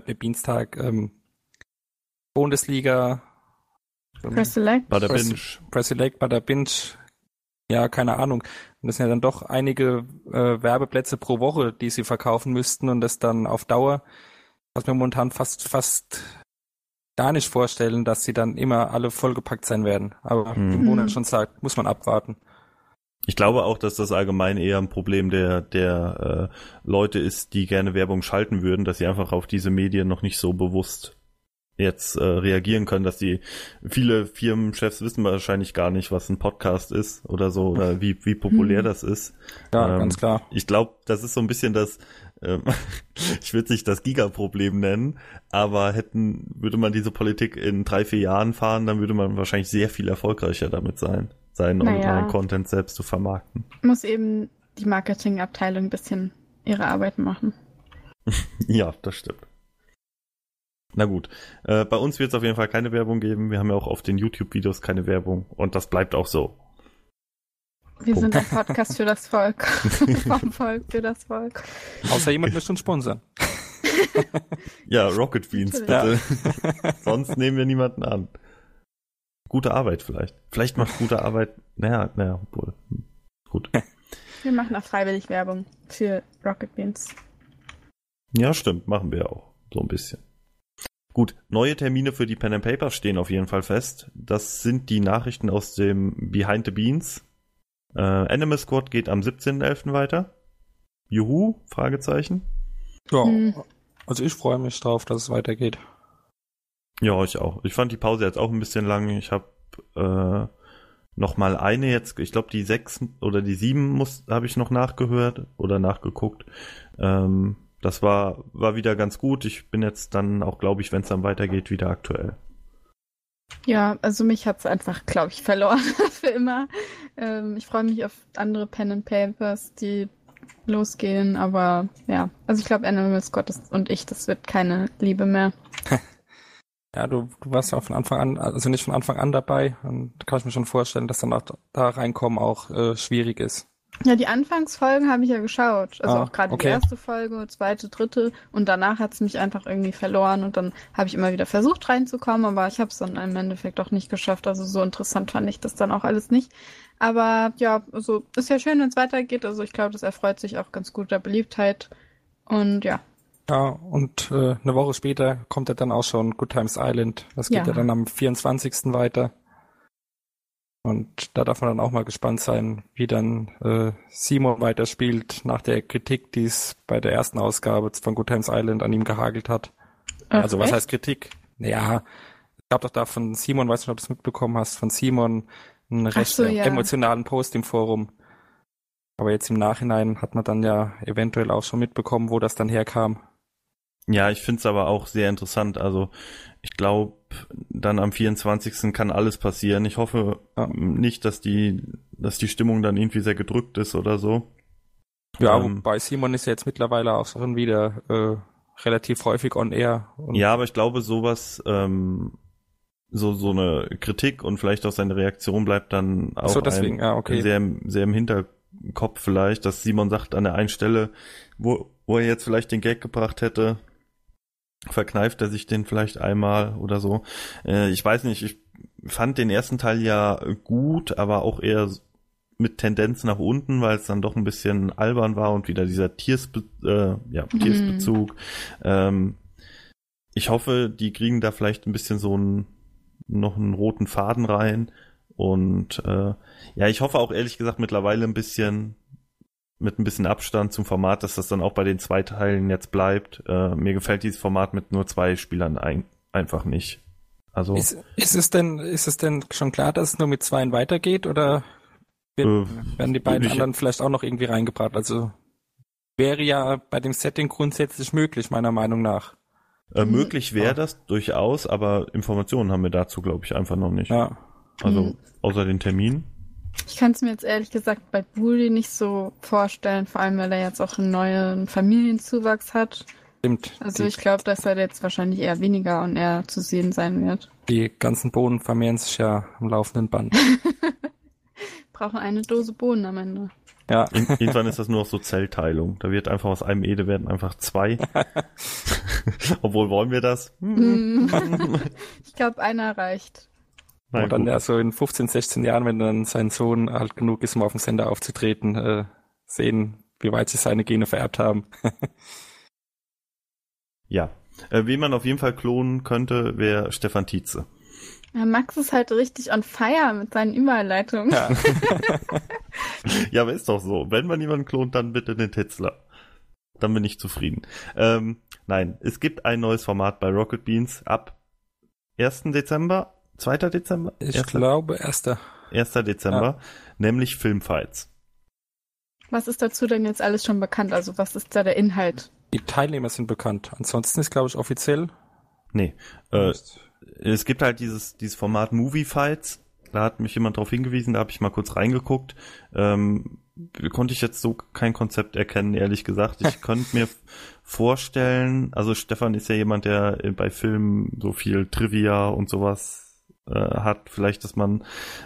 Bundesliga, Press Select, Press Select, Bada Binge, ja, keine Ahnung. Und das sind ja dann doch einige Werbeplätze pro Woche, die sie verkaufen müssten und das dann auf Dauer, was mir momentan fast gar nicht vorstellen, dass sie dann immer alle vollgepackt sein werden. Aber wie Mona schon sagt, muss man abwarten. Ich glaube auch, dass das allgemein eher ein Problem der Leute ist, die gerne Werbung schalten würden, dass sie einfach auf diese Medien noch nicht so bewusst jetzt reagieren können, dass viele Firmenchefs wissen wahrscheinlich gar nicht, was ein Podcast ist oder so, oder wie populär das ist. Ja, ganz klar. Ich glaube, das ist so ein bisschen das, ich würde es nicht das Giga-Problem nennen, aber würde man diese Politik in 3-4 Jahren fahren, dann würde man wahrscheinlich sehr viel erfolgreicher damit sein Online-Content selbst zu vermarkten. Muss eben die Marketingabteilung ein bisschen ihre Arbeit machen. Ja, das stimmt. Na gut, bei uns wird es auf jeden Fall keine Werbung geben. Wir haben ja auch auf den YouTube-Videos keine Werbung und das bleibt auch so. Wir sind ein Podcast für das Volk. Vom Volk für das Volk. Außer jemand möchte uns sponsern. Ja, Rocket Beans, bitte. Ja. Sonst nehmen wir niemanden an. Gute Arbeit vielleicht. Vielleicht macht gute Arbeit, naja, obwohl. Gut. Wir machen auch freiwillig Werbung für Rocket Beans. Ja, stimmt, machen wir auch. So ein bisschen. Gut, neue Termine für die Pen and Papers stehen auf jeden Fall fest. Das sind die Nachrichten aus dem Behind the Beans. Animal Squad geht am 17.11. weiter. Juhu? Fragezeichen. Ja, also ich freue mich drauf, dass es weitergeht. Ja, ich auch. Ich fand die Pause jetzt auch ein bisschen lang. Ich habe noch mal eine jetzt, ich glaube die 6 oder die 7 habe ich noch nachgehört oder nachgeguckt. Das war wieder ganz gut. Ich bin jetzt dann auch, glaube ich, wenn es dann weitergeht, wieder aktuell. Ja, also mich hat es einfach, glaube ich, verloren für immer. Ich freue mich auf andere Pen and Papers, die losgehen, aber ja, also ich glaube, Animal Squad und ich, das wird keine Liebe mehr. Ja, du warst ja von Anfang an, also nicht von Anfang an dabei, und da kann ich mir schon vorstellen, dass dann auch da reinkommen auch schwierig ist. Ja, die Anfangsfolgen habe ich ja geschaut. Also auch gerade okay. Die erste Folge, zweite, dritte. Und danach hat es mich einfach irgendwie verloren. Und dann habe ich immer wieder versucht reinzukommen, aber ich habe es dann im Endeffekt auch nicht geschafft. Also so interessant fand ich das dann auch alles nicht. Aber ja, also ist ja schön, wenn es weitergeht. Also ich glaube, das erfreut sich auch ganz gut der Beliebtheit. Und ja. Ja, und eine Woche später kommt ja dann auch schon Good Times Island. Das geht ja dann am 24. weiter. Und da darf man dann auch mal gespannt sein, wie dann Simon weiterspielt nach der Kritik, die es bei der ersten Ausgabe von Good Times Island an ihm gehagelt hat. Ach, also was echt? heißt Kritik? Naja, es gab doch da von Simon, weiß nicht, ob du es mitbekommen hast, von Simon einen recht emotionalen Post im Forum. Aber jetzt im Nachhinein hat man dann ja eventuell auch schon mitbekommen, wo das dann herkam. Ja, ich finde es aber auch sehr interessant. Also ich glaube, dann am 24. kann alles passieren. Ich hoffe nicht, dass die Stimmung dann irgendwie sehr gedrückt ist oder so. Ja, wobei Simon ist ja jetzt mittlerweile auch schon wieder relativ häufig on air. Ja, aber ich glaube, sowas, so eine Kritik und vielleicht auch seine Reaktion bleibt dann auch so, deswegen, sehr, sehr im Kopf vielleicht, dass Simon sagt, an der einen Stelle, wo er jetzt vielleicht den Gag gebracht hätte, verkneift er sich den vielleicht einmal oder so. Ich weiß nicht, ich fand den ersten Teil ja gut, aber auch eher mit Tendenz nach unten, weil es dann doch ein bisschen albern war und wieder dieser Tiersbezug. Ich hoffe, die kriegen da vielleicht ein bisschen noch einen roten Faden rein und ich hoffe auch ehrlich gesagt mittlerweile mit ein bisschen Abstand zum Format, dass das dann auch bei den 2 Teilen jetzt bleibt. Mir gefällt dieses Format mit nur 2 Spielern einfach nicht. Also ist es denn schon klar, dass es nur mit 2 weitergeht oder werden die beiden anderen vielleicht auch noch irgendwie reingebracht? Also wäre ja bei dem Setting grundsätzlich möglich, meiner Meinung nach. Möglich wäre das durchaus, aber Informationen haben wir dazu, glaube ich, einfach noch nicht. Ja. Also außer den Termin. Ich kann es mir jetzt ehrlich gesagt bei Bully nicht so vorstellen, vor allem weil er jetzt auch einen neuen Familienzuwachs hat. Stimmt. Also ich glaube, dass er jetzt wahrscheinlich eher weniger und eher zu sehen sein wird. Die ganzen Bohnen vermehren sich ja am laufenden Band. Brauchen eine Dose Bohnen am Ende. Ja. Irgendwann ist das nur noch so Zellteilung. Da wird einfach aus einem Ede werden einfach 2. Obwohl, wollen wir das? Ich glaube, einer reicht. Und dann ja so in 15, 16 Jahren, wenn dann sein Sohn alt genug ist, um auf dem Sender aufzutreten, sehen, wie weit sich seine Gene vererbt haben. Ja. Wen man auf jeden Fall klonen könnte, wäre Stefan Tietze. Ja, Max ist halt richtig on fire mit seinen Überleitungen. Ja. Ja, aber ist doch so. Wenn man jemanden klont, dann bitte den Titzler. Dann bin ich zufrieden. Nein, es gibt ein neues Format bei Rocket Beans ab 1. Dezember, 2. Dezember? Ich glaube 1. 1. Dezember, nämlich Filmfights. Was ist dazu denn jetzt alles schon bekannt? Also was ist da der Inhalt? Die Teilnehmer sind bekannt. Ansonsten ist, glaube ich, offiziell. Nee. Es gibt halt dieses Format Movie Fights. Da hat mich jemand drauf hingewiesen, da habe ich mal kurz reingeguckt. Konnte ich jetzt so kein Konzept erkennen, ehrlich gesagt. Ich könnte mir vorstellen, also Stefan ist ja jemand, der bei Filmen so viel Trivia und sowas hat. Vielleicht, dass man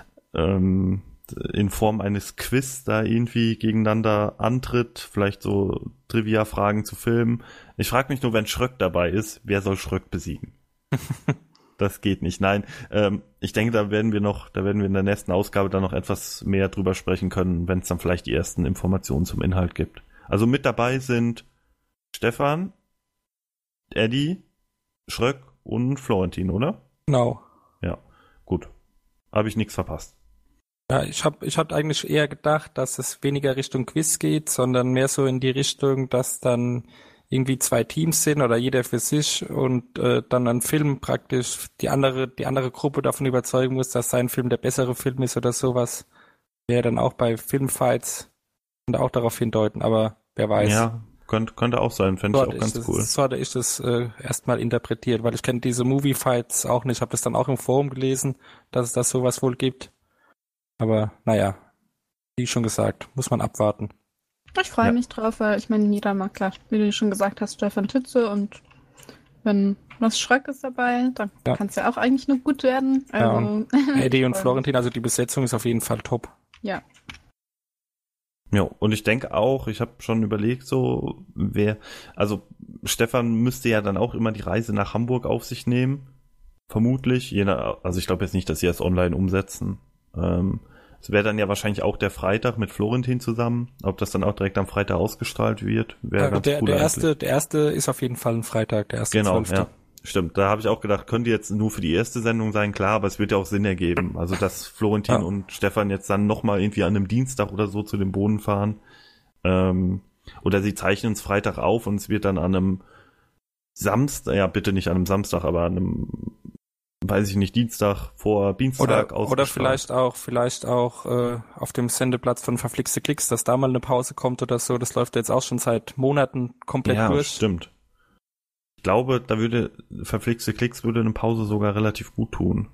in Form eines Quiz da irgendwie gegeneinander antritt. Vielleicht so Trivia-Fragen zu Filmen. Ich frage mich nur, wenn Schröck dabei ist, wer soll Schröck besiegen? Das geht nicht. Nein, ich denke, da werden wir in der nächsten Ausgabe dann noch etwas mehr drüber sprechen können, wenn es dann vielleicht die ersten Informationen zum Inhalt gibt. Also mit dabei sind Stefan, Eddie, Schröck und Florentin, oder? Genau. Ja, gut. Habe ich nichts verpasst. Ja, ich hab eigentlich eher gedacht, dass es weniger Richtung Quiz geht, sondern mehr so in die Richtung, dass dann irgendwie 2 Teams sind oder jeder für sich und dann ein Film praktisch die andere Gruppe davon überzeugen muss, dass sein Film der bessere Film ist oder sowas. Wäre dann auch bei Filmfights und auch darauf hindeuten, aber wer weiß. Ja, könnte auch sein, fände ich auch ganz cool. So hatte ich das erstmal interpretiert, weil ich kenne diese Movie-Fights auch nicht. Ich habe das dann auch im Forum gelesen, dass es da sowas wohl gibt. Aber naja, wie schon gesagt, muss man abwarten. Ich freue mich drauf, weil ich meine, jeder mag klar, wie du schon gesagt hast, Stefan Tietze und wenn was Schröck ist dabei, dann kann es ja auch eigentlich nur gut werden. Also, ja, Eddie und Florentin, also die Besetzung ist auf jeden Fall top. Ja. Ja, und ich denke auch, ich habe schon überlegt, so also Stefan müsste ja dann auch immer die Reise nach Hamburg auf sich nehmen, vermutlich. Also ich glaube jetzt nicht, dass sie das online umsetzen. Es wäre dann ja wahrscheinlich auch der Freitag mit Florentin zusammen. Ob das dann auch direkt am Freitag ausgestrahlt wird, wäre ganz cool. Der erste ist auf jeden Fall ein Freitag, der erste. Genau, 12. Ja. Stimmt, da habe ich auch gedacht, könnte jetzt nur für die erste Sendung sein, klar, aber es wird ja auch Sinn ergeben. Also, dass Florentin und Stefan jetzt dann nochmal irgendwie an einem Dienstag oder so zu den Bohnen fahren. Oder sie zeichnen es Freitag auf und es wird dann an einem Samstag, ja bitte nicht an einem Samstag, aber an einem, weiß ich nicht, Dienstag vor Dienstag ausgestrahlt. Oder vielleicht auch auf dem Sendeplatz von Verflixte Klicks, dass da mal eine Pause kommt oder so. Das läuft jetzt auch schon seit Monaten komplett durch. Ja, stimmt. Ich glaube, da Verflixte Klicks würde eine Pause sogar relativ gut tun.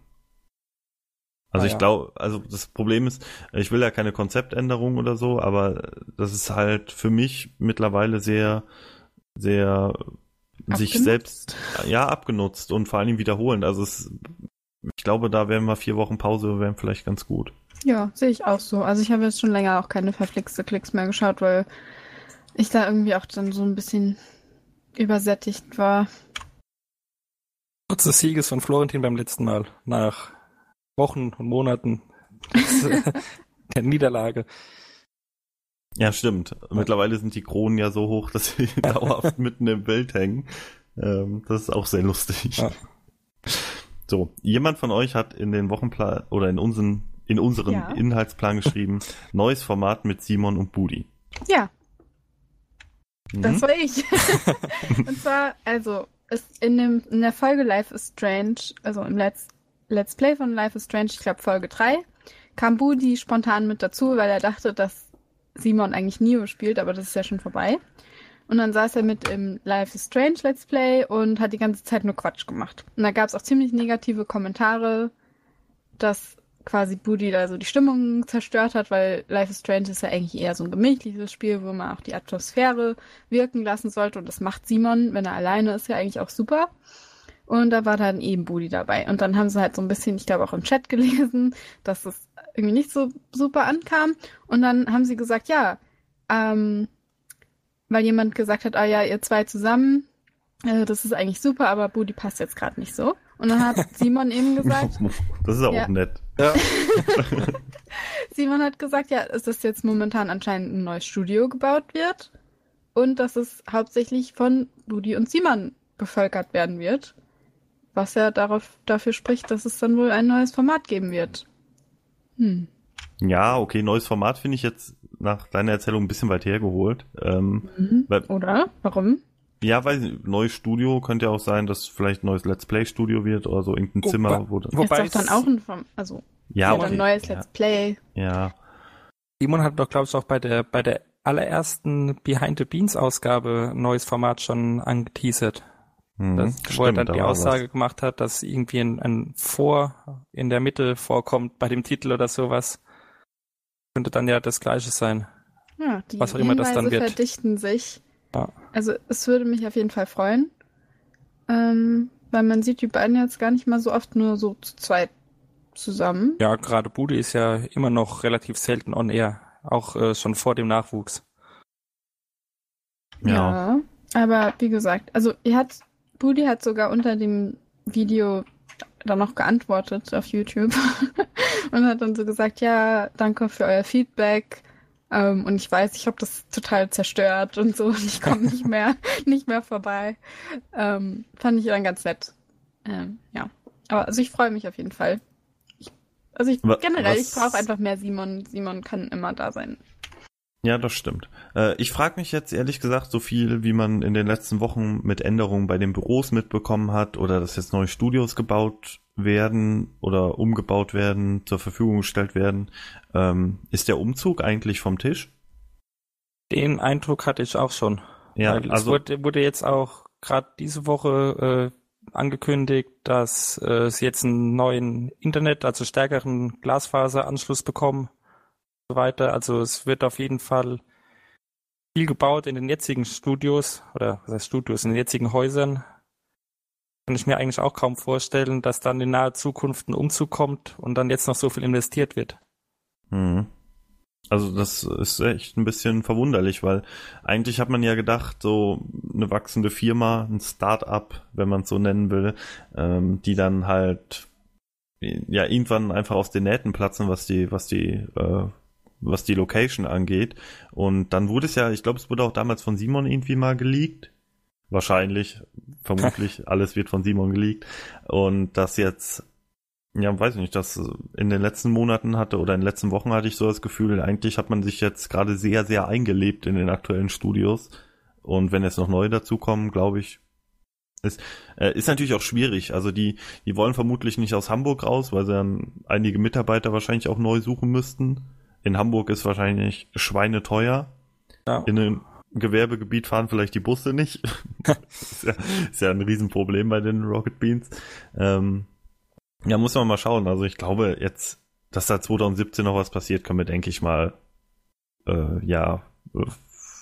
Also ich glaube, also das Problem ist, ich will ja keine Konzeptänderung oder so, aber das ist halt für mich mittlerweile sehr, sehr sich selbst abgenutzt und vor allem wiederholend. Also Ich glaube, da wären wir 4 Wochen Pause, wären vielleicht ganz gut. Ja, sehe ich auch so. Also ich habe jetzt schon länger auch keine verflixte Klicks mehr geschaut, weil ich da irgendwie auch dann so ein bisschen übersättigt war. Trotz des Sieges von Florentin beim letzten Mal, nach Wochen und Monaten der Niederlage. Ja, stimmt. Mittlerweile sind die Kronen ja so hoch, dass sie dauerhaft mitten im Bild hängen. Das ist auch sehr lustig. Ja. So, jemand von euch hat in den Wochenplan oder in unseren Inhaltsplan geschrieben, neues Format mit Simon und Budi. Ja. Das war ich. Und zwar, also, ist in der Folge Life is Strange, also im Let's Play von Life is Strange, ich glaube Folge 3, kam Budi spontan mit dazu, weil er dachte, dass Simon eigentlich Neo spielt, aber das ist ja schon vorbei. Und dann saß er mit im Life is Strange Let's Play und hat die ganze Zeit nur Quatsch gemacht. Und da gab es auch ziemlich negative Kommentare, dass quasi Budi da so die Stimmung zerstört hat, weil Life is Strange ist ja eigentlich eher so ein gemächliches Spiel, wo man auch die Atmosphäre wirken lassen sollte. Und das macht Simon, wenn er alleine ist, ja eigentlich auch super. Und da war dann eben Budi dabei. Und dann haben sie halt so ein bisschen, ich glaube auch im Chat gelesen, dass das irgendwie nicht so super ankam. Und dann haben sie gesagt, ja, weil jemand gesagt hat, ja, ihr zwei zusammen, das ist eigentlich super, aber Budi passt jetzt gerade nicht so. Und dann hat Simon eben gesagt... Das ist auch nett. Ja. Simon hat gesagt, ja, dass jetzt momentan anscheinend ein neues Studio gebaut wird und dass es hauptsächlich von Budi und Simon bevölkert werden wird, was ja dafür spricht, dass es dann wohl ein neues Format geben wird. Ja, okay, neues Format finde ich jetzt nach deiner Erzählung ein bisschen weit hergeholt. Oder? Warum? Ja, weil neues Studio könnte ja auch sein, dass vielleicht ein neues Let's Play Studio wird oder so irgendein Zimmer. Wobei ist doch dann auch ein neues Let's Play. Ja. Simon hat doch, glaube ich, auch bei der allerersten Behind the Beans Ausgabe ein neues Format schon angeteasert. Wo er dann die Aussage gemacht hat, dass irgendwie ein Vor in der Mitte vorkommt bei dem Titel oder sowas. Könnte dann ja das Gleiche sein. Ja, die was auch immer das dann wird. Verdichten sich. Ja. Also es würde mich auf jeden Fall freuen, weil man sieht die beiden jetzt gar nicht mal so oft nur so zu zweit zusammen. Ja, gerade Budi ist ja immer noch relativ selten on air, auch schon vor dem Nachwuchs. Ja, aber wie gesagt, also Budi hat sogar unter dem Video dann noch geantwortet auf YouTube und hat dann so gesagt, ja, danke für euer Feedback. Und ich weiß, ich habe das total zerstört und so und ich komme nicht mehr vorbei. Fand ich dann ganz nett. Ja. Aber also ich freue mich auf jeden Fall. Ich brauche einfach mehr Simon. Simon kann immer da sein. Ja, das stimmt. Ich frage mich jetzt ehrlich gesagt so viel, wie man in den letzten Wochen mit Änderungen bei den Büros mitbekommen hat oder dass jetzt neue Studios gebaut werden oder umgebaut werden, zur Verfügung gestellt werden. Ist der Umzug eigentlich vom Tisch? Den Eindruck hatte ich auch schon. Ja, also es wurde jetzt auch gerade diese Woche angekündigt, dass sie jetzt einen neuen Internet, also stärkeren Glasfaseranschluss bekommen. So weiter. Also es wird auf jeden Fall viel gebaut in den jetzigen Studios oder was heißt Studios, in den jetzigen Häusern. Kann ich mir eigentlich auch kaum vorstellen, dass dann in naher Zukunft ein Umzug kommt und dann jetzt noch so viel investiert wird. Also das ist echt ein bisschen verwunderlich, weil eigentlich hat man ja gedacht, so eine wachsende Firma, ein Start-up, wenn man es so nennen will, die dann halt ja irgendwann einfach aus den Nähten platzen, was die Location angeht. Und dann wurde es ja, ich glaube, es wurde auch damals von Simon irgendwie mal geleakt. Wahrscheinlich, vermutlich, alles wird von Simon geleakt. Und das jetzt, ja, weiß ich nicht, das in den letzten Monaten in den letzten Wochen hatte ich so das Gefühl, eigentlich hat man sich jetzt gerade sehr, sehr eingelebt in den aktuellen Studios. Und wenn jetzt noch neue dazukommen, glaube ich, ist natürlich auch schwierig. Also die wollen vermutlich nicht aus Hamburg raus, weil sie dann einige Mitarbeiter wahrscheinlich auch neu suchen müssten. In Hamburg ist wahrscheinlich schweineteuer. Ja. In einem Gewerbegebiet fahren vielleicht die Busse nicht. ist ja ein Riesenproblem bei den Rocket Beans. Ja, muss man mal schauen. Also ich glaube jetzt, dass da 2017 noch was passiert, können wir, denke ich mal,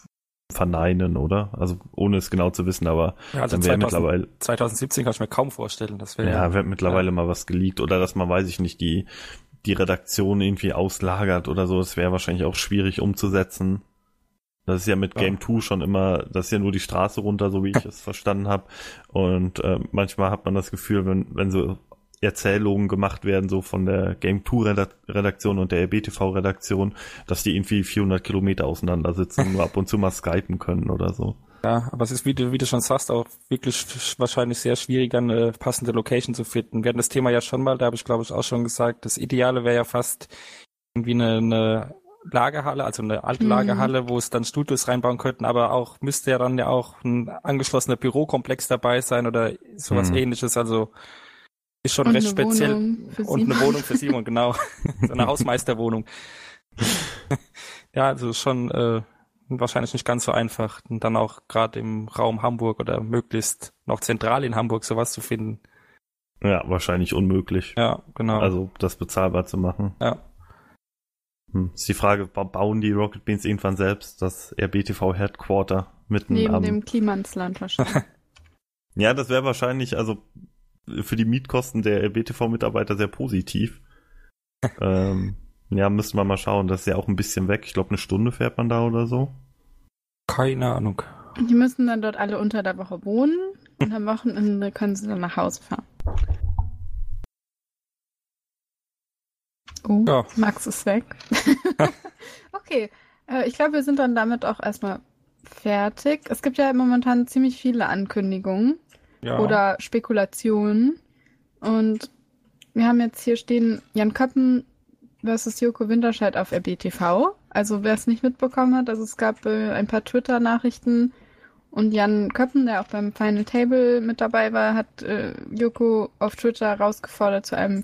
verneinen, oder? Also ohne es genau zu wissen, aber Ja, also dann wäre mittlerweile 2017 kann ich mir kaum vorstellen, das wäre ja, wird mittlerweile mal was geleakt oder dass man, weiß ich nicht, die Redaktion irgendwie auslagert oder so. Das wäre wahrscheinlich auch schwierig umzusetzen. Das ist ja mit Game 2 schon immer, das ist ja nur die Straße runter, so wie ich es verstanden habe. Und manchmal hat man das Gefühl, wenn so Erzählungen gemacht werden, so von der Game 2 Redaktion und der RBTV Redaktion, dass die irgendwie 400 Kilometer auseinander sitzen und nur ab und zu mal skypen können oder so. Ja, aber es ist, wie du schon sagst, auch wirklich wahrscheinlich sehr schwierig, eine passende Location zu finden. Wir hatten das Thema ja schon mal, da habe ich glaube ich auch schon gesagt, das Ideale wäre ja fast irgendwie eine Lagerhalle, also eine alte Lagerhalle, wo es dann Studios reinbauen könnten, aber auch müsste ja dann ja auch ein angeschlossener Bürokomplex dabei sein oder sowas Ähnliches, also ist schon Und recht eine speziell. Wohnung für Und Simon. eine Wohnung für Simon, genau. So eine Hausmeisterwohnung. Ja, also schon wahrscheinlich nicht ganz so einfach. Und dann auch gerade im Raum Hamburg oder möglichst noch zentral in Hamburg sowas zu finden. Ja, wahrscheinlich unmöglich. Ja, genau. Also das bezahlbar zu machen. Ja. Ist die Frage, bauen die Rocket Beans irgendwann selbst das RBTV Headquarter mitten Neben dem Klimansland wahrscheinlich. Ja, das wäre wahrscheinlich, also für die Mietkosten der RBTV-Mitarbeiter sehr positiv. Ja, müsste man mal schauen. Das ist ja auch ein bisschen weg. Ich glaube, 1 Stunde fährt man da oder so. Keine Ahnung. Die müssen dann dort alle unter der Woche wohnen und am Wochenende können sie dann nach Hause fahren. Oh, Ja. Max ist weg. Okay, ich glaube, wir sind dann damit auch erstmal fertig. Es gibt ja momentan ziemlich viele Ankündigungen Ja. oder Spekulationen. Und wir haben jetzt hier stehen Jan Köppen versus Joko Winterscheid auf RBTV. Also wer es nicht mitbekommen hat, also es gab ein paar Twitter-Nachrichten und Jan Köppen, der auch beim Final Table mit dabei war, hat Joko auf Twitter herausgefordert zu einem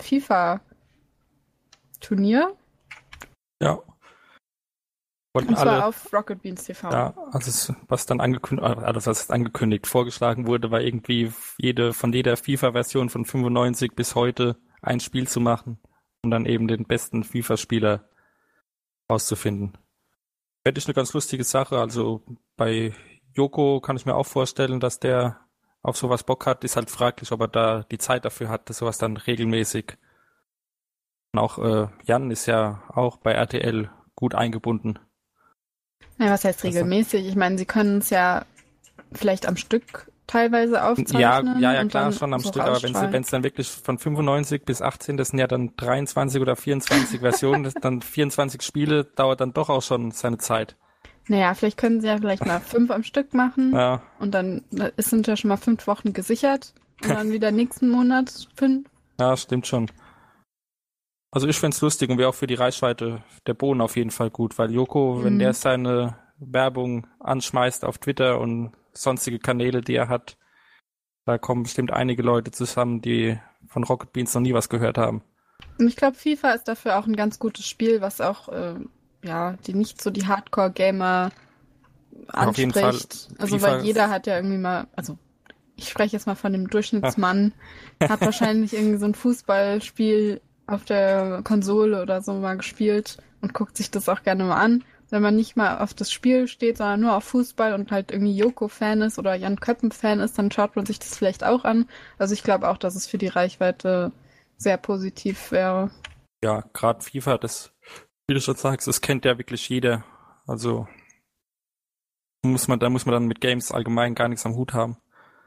FIFA-Turnier. Ja. Wollten Und zwar alle, auf Rocket Beans TV. ja, also was dann angekündigt, vorgeschlagen wurde, war irgendwie von jeder FIFA-Version von 95 bis heute ein Spiel zu machen und dann eben den besten FIFA-Spieler rauszufinden. Fände ich eine ganz lustige Sache. Also bei Joko kann ich mir auch vorstellen, dass der auf sowas Bock hat. Ist halt fraglich, ob er da die Zeit dafür hat, sowas dann regelmäßig. Und auch Jan ist ja auch bei RTL gut eingebunden. Ja, was heißt regelmäßig? Ich meine, sie können es ja vielleicht am Stück teilweise aufzeichnen. Ja, und klar, dann schon am so Stück, aber wenn es dann wirklich von 95 bis 18, das sind ja dann 23 oder 24 Versionen, das dann 24 Spiele, dauert dann doch auch schon seine Zeit. Naja, vielleicht können sie ja vielleicht mal 5 am Stück machen Ja, und dann sind ja schon mal 5 Wochen gesichert und dann wieder nächsten Monat 5. ja, stimmt schon. Also ich find's lustig und wäre auch für die Reichweite der Bohnen auf jeden Fall gut, weil Joko, wenn der seine Werbung anschmeißt auf Twitter und sonstige Kanäle, die er hat, da kommen bestimmt einige Leute zusammen, die von Rocket Beans noch nie was gehört haben. Und ich glaube, FIFA ist dafür auch ein ganz gutes Spiel, was auch die nicht so die Hardcore-Gamer Auf jeden Fall. anspricht. Also FIFA weil jeder hat ja irgendwie mal, also ich spreche jetzt mal von dem Durchschnittsmann, hat wahrscheinlich irgendwie so ein Fußballspiel auf der Konsole oder so mal gespielt und guckt sich das auch gerne mal an. Wenn man nicht mal auf das Spiel steht, sondern nur auf Fußball und halt irgendwie Joko-Fan ist oder Jan Köppen-Fan ist, dann schaut man sich das vielleicht auch an. Also ich glaube auch, dass es für die Reichweite sehr positiv wäre. Ja, gerade FIFA, das, wie du schon sagst, das kennt ja wirklich jeder. Also da muss man dann mit Games allgemein gar nichts am Hut haben.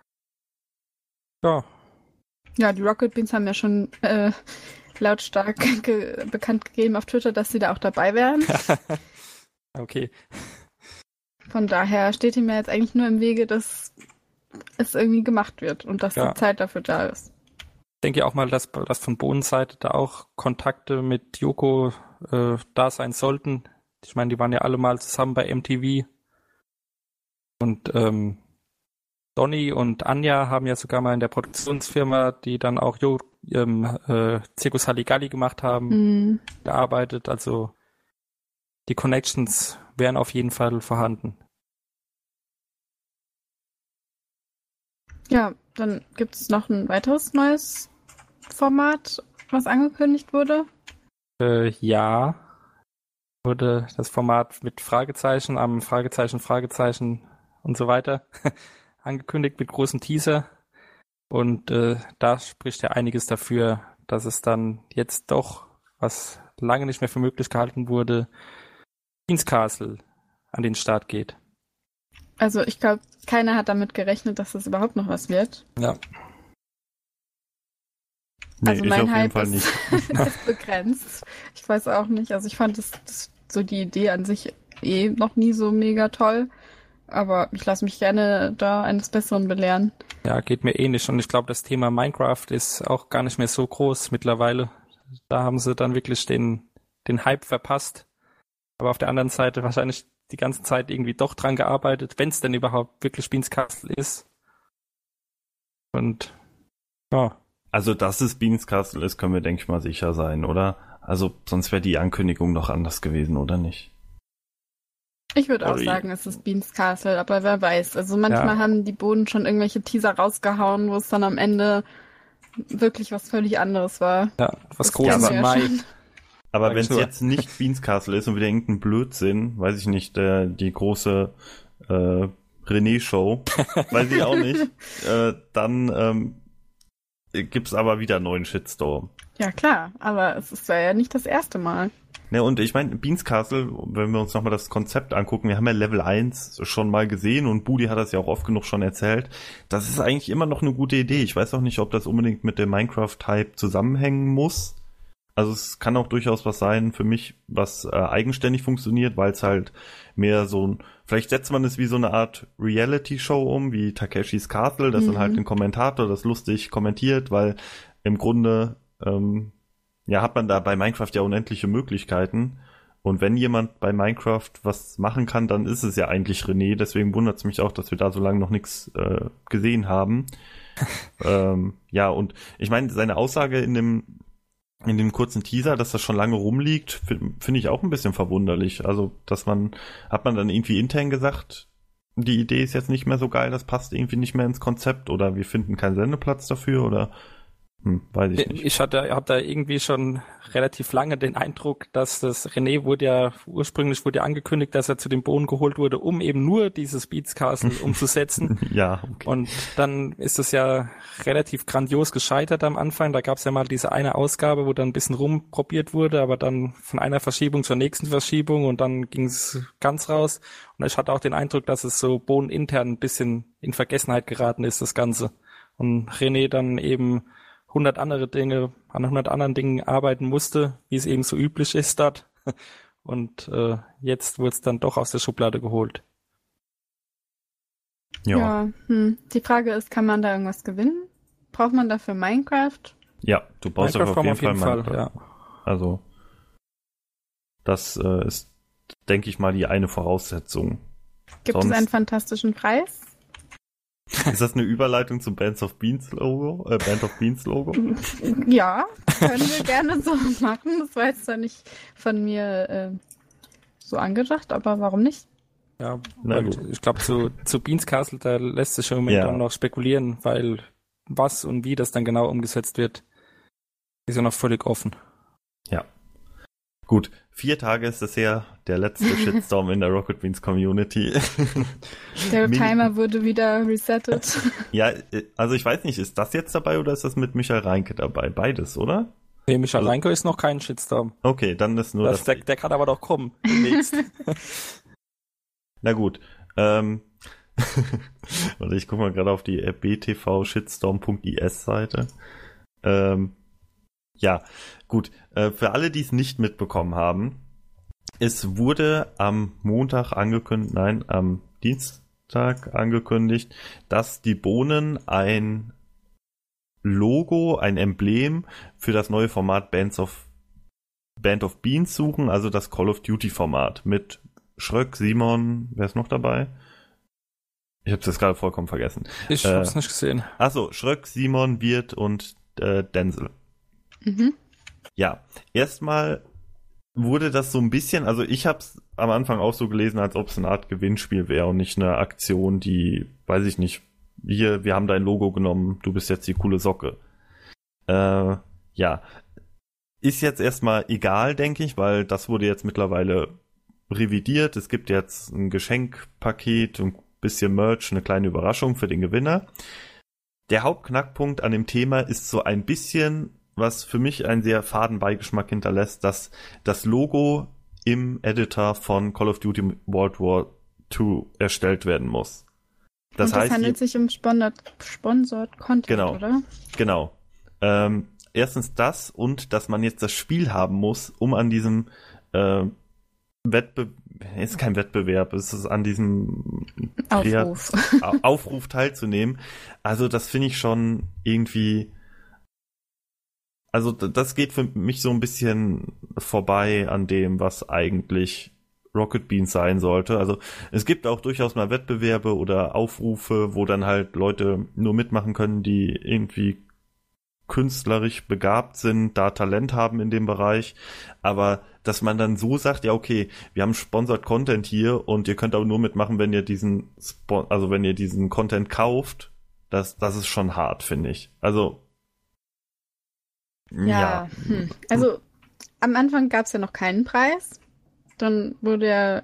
Ja, Ja, die Rocket Beans haben ja schon lautstark bekannt gegeben auf Twitter, dass sie da auch dabei wären. okay. Von daher steht ihm ja jetzt eigentlich nur im Wege, dass es irgendwie gemacht wird und dass Ja. die Zeit dafür da ist. Ich denke auch mal, dass von Bohnenseite da auch Kontakte mit Joko da sein sollten. Ich meine, die waren ja alle mal zusammen bei MTV. Und Donny und Anja haben ja sogar mal in der Produktionsfirma, die dann auch Circus Halligalli gemacht haben, gearbeitet. Also die Connections wären auf jeden Fall vorhanden. Ja, dann gibt es noch ein weiteres neues Format, was angekündigt wurde. Ja, wurde das Format mit Fragezeichen am Fragezeichen und so weiter angekündigt mit großem Teaser. Und da spricht ja einiges dafür, dass es dann jetzt doch, was lange nicht mehr für möglich gehalten wurde, Queen's Castle an den Start geht. Also ich glaube, keiner hat damit gerechnet, dass das überhaupt noch was wird. Ja. Nee, Also ich mein auf jeden Hype Fall ist, nicht. ist begrenzt. Ich weiß auch nicht. Also ich fand so die Idee an sich noch nie so mega toll. Aber ich lasse mich gerne da eines Besseren belehren. Ja, geht mir ähnlich. Und ich glaube, das Thema Minecraft ist auch gar nicht mehr so groß mittlerweile. Da haben sie dann wirklich den Hype verpasst. Aber auf der anderen Seite wahrscheinlich die ganze Zeit irgendwie doch dran gearbeitet, wenn es denn überhaupt wirklich Queen's Castle ist. Und ja. Also, dass es Beans Castle ist, können wir, denke ich mal, sicher sein, oder? Also, sonst wäre die Ankündigung noch anders gewesen, oder nicht? Ich würde auch Sorry. sagen, es ist Beans Castle, aber wer weiß. Also manchmal haben die Boden schon irgendwelche Teaser rausgehauen, wo es dann am Ende wirklich was völlig anderes war. Ja, was Das Großes kennen wir im ja Mai. schon. Aber Sag wenn ich es nur. jetzt nicht Beans Castle ist und wieder irgendein Blödsinn, weiß ich nicht, die große René-Show, weiß ich auch nicht, dann gibt's aber wieder einen neuen Shitstorm. Ja klar, aber es war ja nicht das erste Mal. Ne, und ich meine, Beans Castle, wenn wir uns nochmal das Konzept angucken, wir haben ja Level 1 schon mal gesehen und Budi hat das ja auch oft genug schon erzählt. Das ist eigentlich immer noch eine gute Idee. Ich weiß auch nicht, ob das unbedingt mit dem Minecraft-Hype zusammenhängen muss. Also es kann auch durchaus was sein für mich, was eigenständig funktioniert, weil es halt mehr so ein, vielleicht setzt man es wie so eine Art Reality-Show um, wie Takeshis Castle, dass dann halt ein Kommentator das lustig kommentiert, weil im Grunde hat man da bei Minecraft ja unendliche Möglichkeiten. Und wenn jemand bei Minecraft was machen kann, dann ist es ja eigentlich René. Deswegen wundert es mich auch, dass wir da so lange noch nichts gesehen haben. Ja, und ich meine, seine Aussage in dem kurzen Teaser, dass das schon lange rumliegt, finde ich auch ein bisschen verwunderlich. Also, hat man dann irgendwie intern gesagt, die Idee ist jetzt nicht mehr so geil, das passt irgendwie nicht mehr ins Konzept oder wir finden keinen Sendeplatz dafür oder weiß ich nicht. Ich habe da irgendwie schon relativ lange den Eindruck, dass das René wurde ja angekündigt, dass er zu den Bohnen geholt wurde, um eben nur dieses Beans Castle umzusetzen. Ja, okay. Und dann ist es ja relativ grandios gescheitert am Anfang. Da gab es ja mal diese eine Ausgabe, wo dann ein bisschen rumprobiert wurde, aber dann von einer Verschiebung zur nächsten Verschiebung und dann ging es ganz raus. Und ich hatte auch den Eindruck, dass es so bohnenintern ein bisschen in Vergessenheit geraten ist, das Ganze. Und René dann eben 100 anderen Dingen arbeiten musste, wie es eben so üblich ist dort. Und jetzt wurde es dann doch aus der Schublade geholt. Ja. Die Frage ist, kann man da irgendwas gewinnen? Braucht man dafür Minecraft? Ja, du brauchst Minecraft auf jeden Fall Minecraft. ja. Also, das ist, denke ich mal, die eine Voraussetzung. Gibt es einen fantastischen Preis? Ist das eine Überleitung zum Band of Beans Logo? Ja, können wir gerne so machen. Das war jetzt zwar nicht von mir so angedacht, aber warum nicht? Ja, Na gut. ich glaube, zu Beans Castle, da lässt sich im Moment auch noch spekulieren, weil was und wie das dann genau umgesetzt wird, ist ja noch völlig offen. Ja. Gut, 4 Tage ist es her, der letzte Shitstorm in der Rocket Beans Community. Der Timer wurde wieder resettet. Ja, also ich weiß nicht, ist das jetzt dabei oder ist das mit Michael Reinke dabei? Beides, oder? Nee, Michael Reinke ist noch kein Shitstorm. Okay, dann ist nur das. Der kann aber doch kommen demnächst. Na gut. Warte, ich gucke mal gerade auf die btv-shitstorm.is Seite. Ja, gut. Für alle, die es nicht mitbekommen haben, es wurde am Dienstag angekündigt, dass die Bohnen ein Logo, ein Emblem für das neue Format Band of Beans suchen, also das Call of Duty Format mit Schröck, Simon, wer ist noch dabei? Ich hab's jetzt gerade vollkommen vergessen. Ich hab's nicht gesehen. Achso, Schröck, Simon, Wirt und Denzel. Mhm. Ja, erstmal wurde das so ein bisschen, also ich hab's am Anfang auch so gelesen, als ob es eine Art Gewinnspiel wäre und nicht eine Aktion, die, weiß ich nicht, hier, wir haben dein Logo genommen, du bist jetzt die coole Socke. Ja, ist jetzt erstmal egal, denke ich, weil das wurde jetzt mittlerweile revidiert. Es gibt jetzt ein Geschenkpaket, ein bisschen Merch, eine kleine Überraschung für den Gewinner. Der Hauptknackpunkt an dem Thema ist so ein bisschen, was für mich einen sehr faden Beigeschmack hinterlässt, dass das Logo im Editor von Call of Duty World War II erstellt werden muss. Das heißt, handelt sich um Sponsored Content, genau, oder? Genau. Erstens das und dass man jetzt das Spiel haben muss, um an diesem ist kein Wettbewerb, es ist an diesem Aufruf teilzunehmen. Also das finde ich schon irgendwie, also das geht für mich so ein bisschen vorbei an dem, was eigentlich Rocket Beans sein sollte. Also es gibt auch durchaus mal Wettbewerbe oder Aufrufe, wo dann halt Leute nur mitmachen können, die irgendwie künstlerisch begabt sind, da Talent haben in dem Bereich, aber dass man dann so sagt, ja okay, wir haben Sponsored Content hier und ihr könnt aber nur mitmachen, wenn ihr diesen Content kauft, das ist schon hart, finde ich. Also ja. Also am Anfang gab es ja noch keinen Preis, dann wurde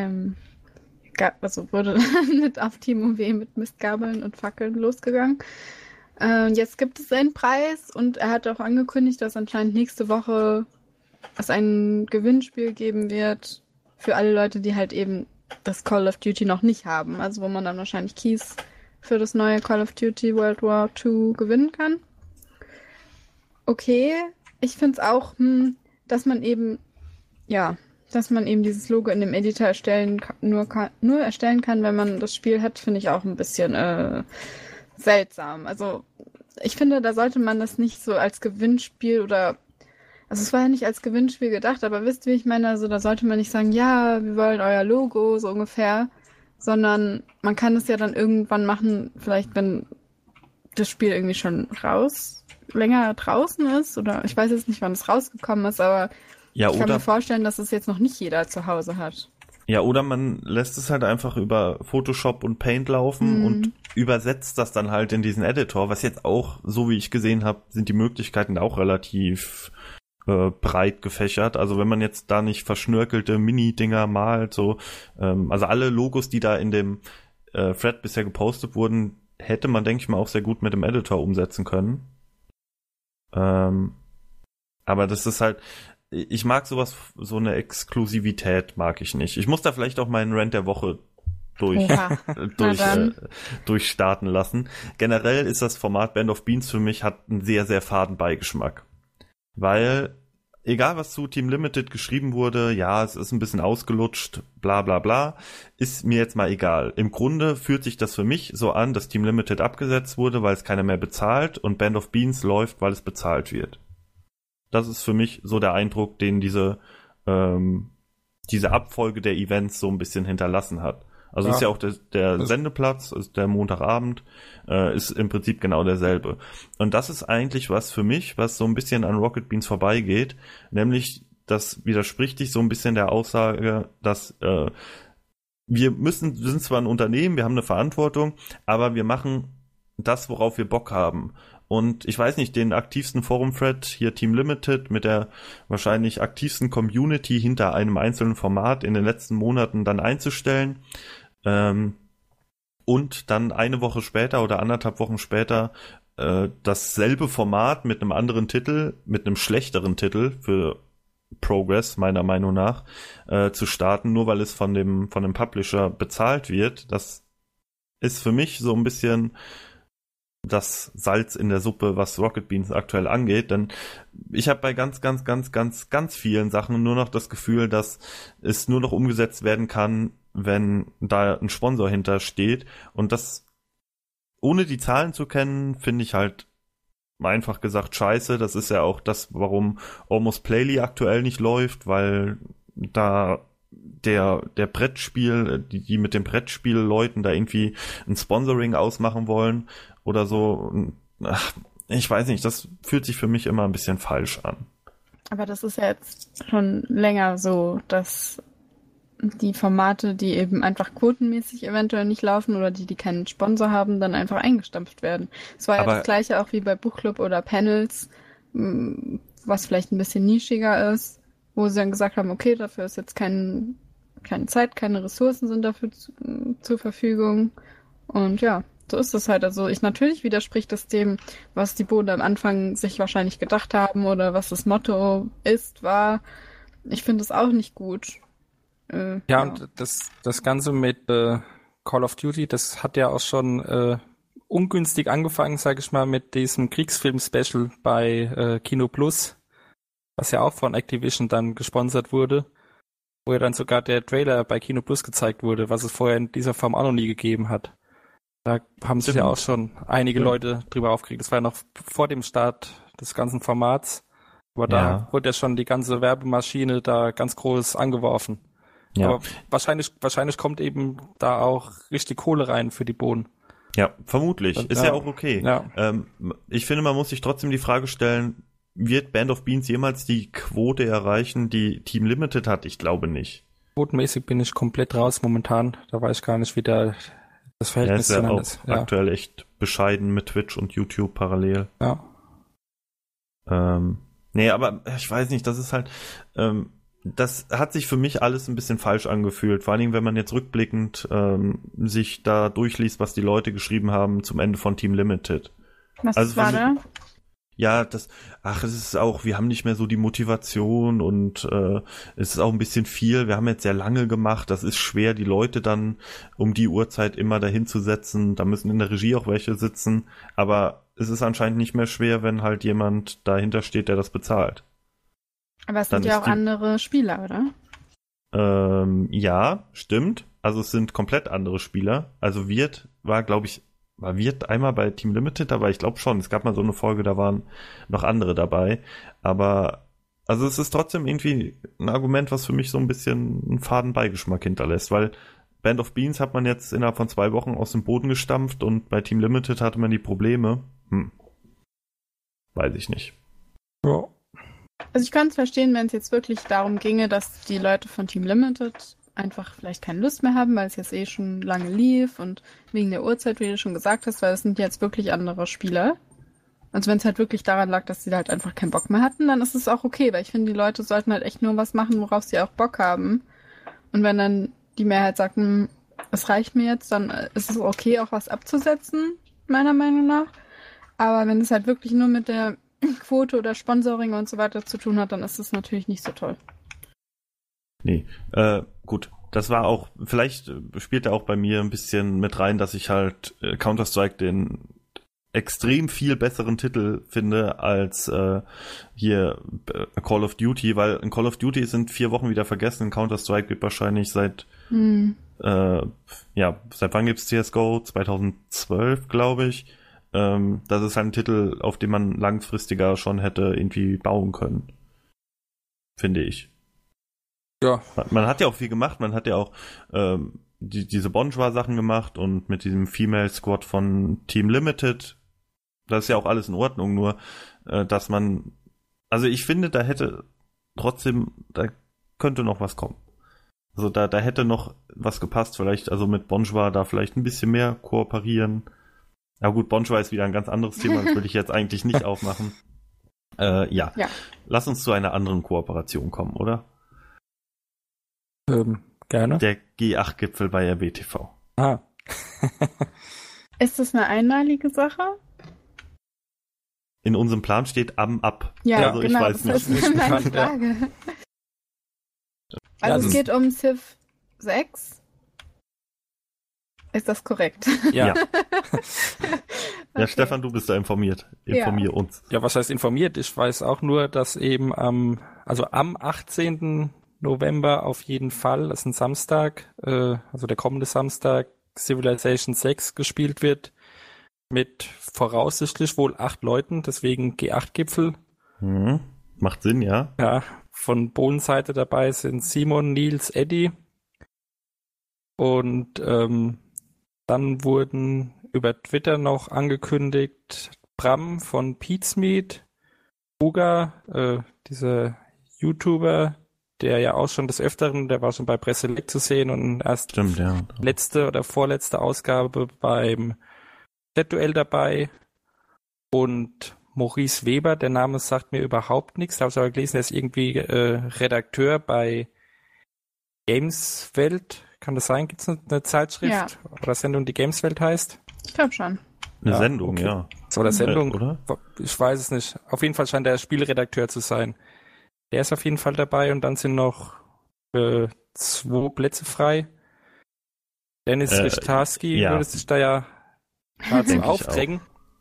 wurde mit auf Team OW mit Mistgabeln und Fackeln losgegangen. Jetzt gibt es einen Preis und er hat auch angekündigt, dass anscheinend nächste Woche es ein Gewinnspiel geben wird für alle Leute, die halt eben das Call of Duty noch nicht haben. Also wo man dann wahrscheinlich Keys für das neue Call of Duty World War II gewinnen kann. Okay, ich finde es auch, dass man eben dieses Logo in dem Editor nur erstellen kann, wenn man das Spiel hat, finde ich auch ein bisschen seltsam. Also ich finde, da sollte man das nicht so als Gewinnspiel also es war ja nicht als Gewinnspiel gedacht, aber wisst ihr, wie ich meine? Also da sollte man nicht sagen, ja, wir wollen euer Logo, so ungefähr, sondern man kann es ja dann irgendwann machen, vielleicht wenn das Spiel irgendwie schon länger draußen ist, oder ich weiß jetzt nicht, wann es rausgekommen ist, aber ich kann mir vorstellen, dass es jetzt noch nicht jeder zu Hause hat. Ja, oder man lässt es halt einfach über Photoshop und Paint laufen und übersetzt das dann halt in diesen Editor, was jetzt auch, so wie ich gesehen habe, sind die Möglichkeiten auch relativ breit gefächert. Also wenn man jetzt da nicht verschnörkelte Mini-Dinger malt, so, also alle Logos, die da in dem Thread bisher gepostet wurden, hätte man, denke ich mal, auch sehr gut mit dem Editor umsetzen können. Aber das ist halt, ich mag sowas, so eine Exklusivität mag ich nicht. Ich muss da vielleicht auch meinen Rant der Woche durchstarten lassen. Generell ist das Format Band of Beans für mich, hat einen sehr, sehr faden Beigeschmack. Weil, egal was zu Team Limited geschrieben wurde, ja, es ist ein bisschen ausgelutscht, bla bla bla, ist mir jetzt mal egal. Im Grunde fühlt sich das für mich so an, dass Team Limited abgesetzt wurde, weil es keiner mehr bezahlt und Band of Beans läuft, weil es bezahlt wird. Das ist für mich so der Eindruck, den diese Abfolge der Events so ein bisschen hinterlassen hat. Also ist ja auch der Sendeplatz, ist der Montagabend, ist im Prinzip genau derselbe. Und das ist eigentlich was für mich, was so ein bisschen an Rocket Beans vorbeigeht, nämlich das widerspricht sich so ein bisschen der Aussage, dass wir sind zwar ein Unternehmen, wir haben eine Verantwortung, aber wir machen das, worauf wir Bock haben. Und ich weiß nicht, den aktivsten Forum-Thread, hier Team Limited, mit der wahrscheinlich aktivsten Community hinter einem einzelnen Format in den letzten Monaten dann einzustellen und dann eine Woche später oder 1,5 Wochen später dasselbe Format mit einem anderen Titel, mit einem schlechteren Titel für Progress, meiner Meinung nach, zu starten, nur weil es von dem Publisher bezahlt wird. Das ist für mich so ein bisschen das Salz in der Suppe, was Rocket Beans aktuell angeht, denn ich habe bei ganz vielen Sachen nur noch das Gefühl, dass es nur noch umgesetzt werden kann, wenn da ein Sponsor hintersteht, und das ohne die Zahlen zu kennen, finde ich halt einfach gesagt scheiße. Das ist ja auch das, warum Almost Playly aktuell nicht läuft, weil da der Brettspiel, die mit den Brettspielleuten da irgendwie ein Sponsoring ausmachen wollen oder so. Ach, ich weiß nicht, das fühlt sich für mich immer ein bisschen falsch an. Aber das ist ja jetzt schon länger so, dass die Formate, die eben einfach quotenmäßig eventuell nicht laufen oder die keinen Sponsor haben, dann einfach eingestampft werden. Es war ja das Gleiche auch wie bei Buchclub oder Panels, was vielleicht ein bisschen nischiger ist, wo sie dann gesagt haben, okay, dafür ist jetzt keine Zeit, keine Ressourcen sind dafür zur Verfügung. Und ja, so ist es halt. Also natürlich widerspricht es dem, was die Bode am Anfang sich wahrscheinlich gedacht haben oder was das Motto war. Ich finde es auch nicht gut. Und das Ganze mit Call of Duty, das hat ja auch schon ungünstig angefangen, sage ich mal, mit diesem Kriegsfilm-Special bei Kino Plus, was ja auch von Activision dann gesponsert wurde, wo ja dann sogar der Trailer bei Kino Plus gezeigt wurde, was es vorher in dieser Form auch noch nie gegeben hat. Da haben sich ja auch schon einige Leute drüber aufgeregt. Das war ja noch vor dem Start des ganzen Formats. Aber da wurde ja schon die ganze Werbemaschine da ganz groß angeworfen. Ja. Aber wahrscheinlich kommt eben da auch richtig Kohle rein für die Bohnen. Ja, vermutlich. Ist ja auch okay. Ja. Ich finde, man muss sich trotzdem die Frage stellen, wird Band of Beans jemals die Quote erreichen, die Team Limited hat? Ich glaube nicht. Quotenmäßig bin ich komplett raus momentan. Da weiß ich gar nicht, wie da das Verhältnis ist. Aktuell echt bescheiden mit Twitch und YouTube parallel. Ja. Nee, aber ich weiß nicht, das ist halt, das hat sich für mich alles ein bisschen falsch angefühlt. Vor allen Dingen, wenn man jetzt rückblickend sich da durchliest, was die Leute geschrieben haben zum Ende von Team Limited. Was war da? Ja, es ist auch, wir haben nicht mehr so die Motivation und es ist auch ein bisschen viel. Wir haben jetzt sehr lange gemacht. Das ist schwer, die Leute dann um die Uhrzeit immer dahin zu setzen. Da müssen in der Regie auch welche sitzen. Aber es ist anscheinend nicht mehr schwer, wenn halt jemand dahinter steht, der das bezahlt. Aber es sind ja auch andere Spieler, oder? Ja, stimmt. Also es sind komplett andere Spieler. Also Wirt war Wirt einmal bei Team Limited dabei? Ich glaube schon. Es gab mal so eine Folge, da waren noch andere dabei. Aber also es ist trotzdem irgendwie ein Argument, was für mich so ein bisschen einen faden Beigeschmack hinterlässt, weil Band of Beans hat man jetzt innerhalb von 2 Wochen aus dem Boden gestampft und bei Team Limited hatte man die Probleme. Weiß ich nicht. Ja. Also ich kann es verstehen, wenn es jetzt wirklich darum ginge, dass die Leute von Team Limited einfach vielleicht keine Lust mehr haben, weil es jetzt schon lange lief und wegen der Uhrzeit, wie du schon gesagt hast, weil es sind jetzt wirklich andere Spieler. Also wenn es halt wirklich daran lag, dass sie halt einfach keinen Bock mehr hatten, dann ist es auch okay, weil ich finde, die Leute sollten halt echt nur was machen, worauf sie auch Bock haben. Und wenn dann die Mehrheit sagt, es reicht mir jetzt, dann ist es okay, auch was abzusetzen, meiner Meinung nach. Aber wenn es halt wirklich nur mit der Quote oder Sponsoring und so weiter zu tun hat, dann ist es natürlich nicht so toll. Nee, gut. Das war auch, vielleicht spielt er auch bei mir ein bisschen mit rein, dass ich halt Counter-Strike den extrem viel besseren Titel finde als hier Call of Duty, weil in Call of Duty sind 4 Wochen wieder vergessen, in Counter-Strike wird wahrscheinlich seit wann gibt's CSGO? 2012, glaube ich. Das ist halt ein Titel, auf den man langfristiger schon hätte irgendwie bauen können. Finde ich. Ja. Man hat ja auch viel gemacht, man hat ja auch diese Bonjour-Sachen gemacht und mit diesem Female Squad von Team Limited, das ist ja auch alles in Ordnung, nur dass man, also ich finde, da könnte noch was kommen. Also da hätte noch was gepasst, vielleicht, also mit Bonjour da vielleicht ein bisschen mehr kooperieren. Na gut, Bonjour ist wieder ein ganz anderes Thema, das will ich jetzt eigentlich nicht aufmachen. Ja, lass uns zu einer anderen Kooperation kommen, oder? Gerne. Der G8-Gipfel bei RBTV. Ah. Ist das eine einmalige Sache? In unserem Plan steht ab. Ja, also genau, ich weiß das nicht. ist meine Frage. Also es geht um Civ 6. Ist das korrekt? Ja. Ja, Stefan, du bist da informiert. Informier uns. Ja, was heißt informiert? Ich weiß auch nur, dass eben am 18. November auf jeden Fall, das ist ein Samstag, also der kommende Samstag, Civilization 6 gespielt wird, mit voraussichtlich wohl 8 Leuten, deswegen G8-Gipfel. Macht Sinn, ja. Ja, von Bohlenseite dabei sind Simon, Nils, Eddie und dann wurden über Twitter noch angekündigt Bram von Pizmeet, Uga, dieser YouTuber, der ja auch schon des Öfteren, der war schon bei Presselect zu sehen und erst letzte oder vorletzte Ausgabe beim Chat-Duell dabei und Maurice Weber, der Name sagt mir überhaupt nichts. Da habe ich aber gelesen, er ist irgendwie Redakteur bei Gameswelt. Kann das sein? Gibt es eine Zeitschrift oder Sendung, die Gameswelt heißt? Ich glaube schon. Eine Sendung, okay. Ja. So, eine Sendung, oder? Ich weiß es nicht. Auf jeden Fall scheint er Spielredakteur zu sein. Der ist auf jeden Fall dabei und dann sind noch 2 Plätze frei. Dennis Richtarski würde sich da ja dazu aufdrängen.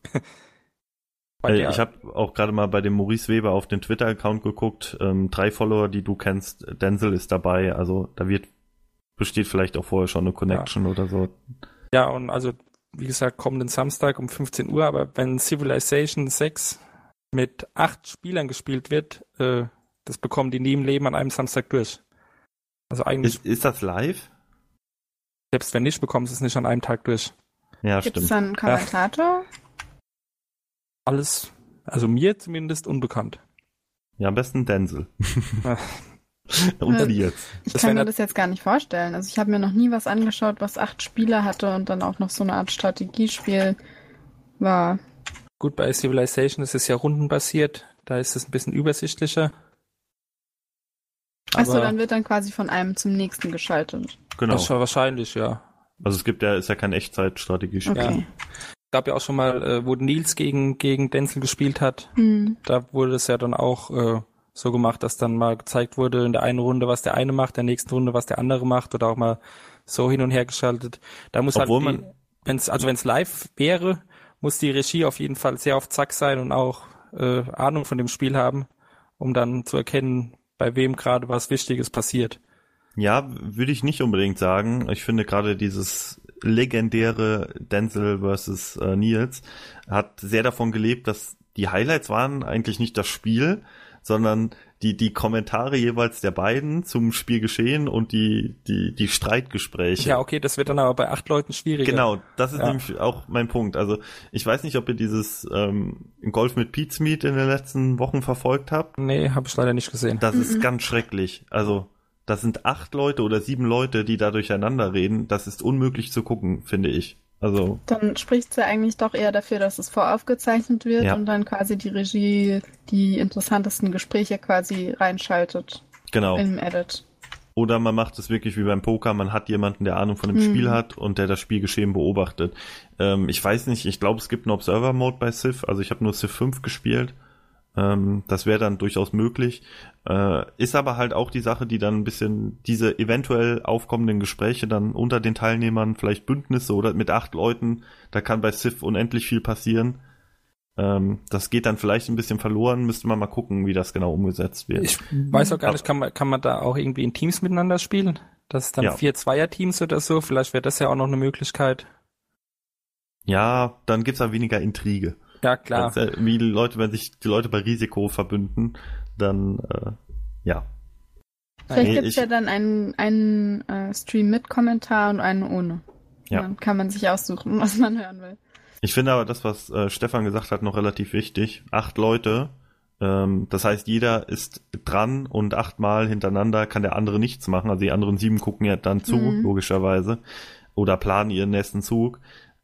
Ich habe auch gerade mal bei dem Maurice Weber auf den Twitter-Account geguckt. 3 Follower, die du kennst. Denzel ist dabei. Also da besteht vielleicht auch vorher schon eine Connection oder so. Ja, und also wie gesagt, kommenden Samstag um 15 Uhr. Aber wenn Civilization 6 mit 8 Spielern gespielt wird, das bekommen die nie im Leben an einem Samstag durch. Also eigentlich. Ist das live? Selbst wenn nicht, bekommen sie es nicht an einem Tag durch. Ja, Gibt stimmt. es da einen Kommentator? Alles, also mir zumindest unbekannt. Ja, am besten Denzel. Und wie jetzt? Ich kann mir das jetzt gar nicht vorstellen. Also ich habe mir noch nie was angeschaut, was 8 Spieler hatte und dann auch noch so eine Art Strategiespiel war. Gut, bei Civilization ist es ja rundenbasiert. Da ist es ein bisschen übersichtlicher. Achso, dann wird dann quasi von einem zum nächsten geschaltet. Genau. Das ist wahrscheinlich, ja. Also ist ja kein Echtzeitstrategiespiel. Okay. Ja. Gab ja auch schon mal, wo Nils gegen Denzel gespielt hat. Da wurde es ja dann auch so gemacht, dass dann mal gezeigt wurde in der einen Runde, was der eine macht, der nächsten Runde, was der andere macht oder auch mal so hin und her geschaltet. Da muss wenn es live wäre, muss die Regie auf jeden Fall sehr auf Zack sein und auch Ahnung von dem Spiel haben, um dann zu erkennen, bei wem gerade was Wichtiges passiert. Ja, würde ich nicht unbedingt sagen. Ich finde gerade dieses legendäre Denzel versus Nils hat sehr davon gelebt, dass die Highlights waren eigentlich nicht das Spiel, sondern die Kommentare jeweils der beiden zum Spielgeschehen und die Streitgespräche. Ja, okay, das wird dann aber bei 8 Leuten schwieriger. Genau, das ist nämlich auch mein Punkt. Also ich weiß nicht, ob ihr dieses Golf mit Pizmeet in den letzten Wochen verfolgt habt. Nee, habe ich leider nicht gesehen. Das ist ganz schrecklich. Also das sind 8 Leute oder 7 Leute, die da durcheinander reden. Das ist unmöglich zu gucken, finde ich. Also dann spricht es ja eigentlich doch eher dafür, dass es voraufgezeichnet wird und dann quasi die Regie die interessantesten Gespräche quasi reinschaltet. Genau. Im Edit. Oder man macht es wirklich wie beim Poker, man hat jemanden, der Ahnung von dem Spiel hat und der das Spielgeschehen beobachtet. Ich weiß nicht, ich glaube, es gibt einen Observer-Mode bei Civ, also ich habe nur Civ 5 gespielt. Das wäre dann durchaus möglich. Ist aber halt auch die Sache, die dann ein bisschen diese eventuell aufkommenden Gespräche dann unter den Teilnehmern, vielleicht Bündnisse oder mit 8 Leuten, da kann bei Civ unendlich viel passieren. Das geht dann vielleicht ein bisschen verloren, müsste man mal gucken, wie das genau umgesetzt wird. Ich weiß auch gar nicht, kann man da auch irgendwie in Teams miteinander spielen? Das ist dann 4 Zweierteams oder so, vielleicht wäre das ja auch noch eine Möglichkeit. Ja, dann gibt's da weniger Intrige. Ja, klar. Wie die Leute, wenn sich die Leute bei Risiko verbünden, dann, ja. Vielleicht gibt's ja dann einen Stream mit Kommentar und einen ohne. Ja. Dann kann man sich aussuchen, was man hören will. Ich finde aber das, was Stefan gesagt hat, noch relativ wichtig. 8 Leute, das heißt, jeder ist dran und 8-mal hintereinander kann der andere nichts machen. Also die anderen 7 gucken ja dann zu, logischerweise, oder planen ihren nächsten Zug.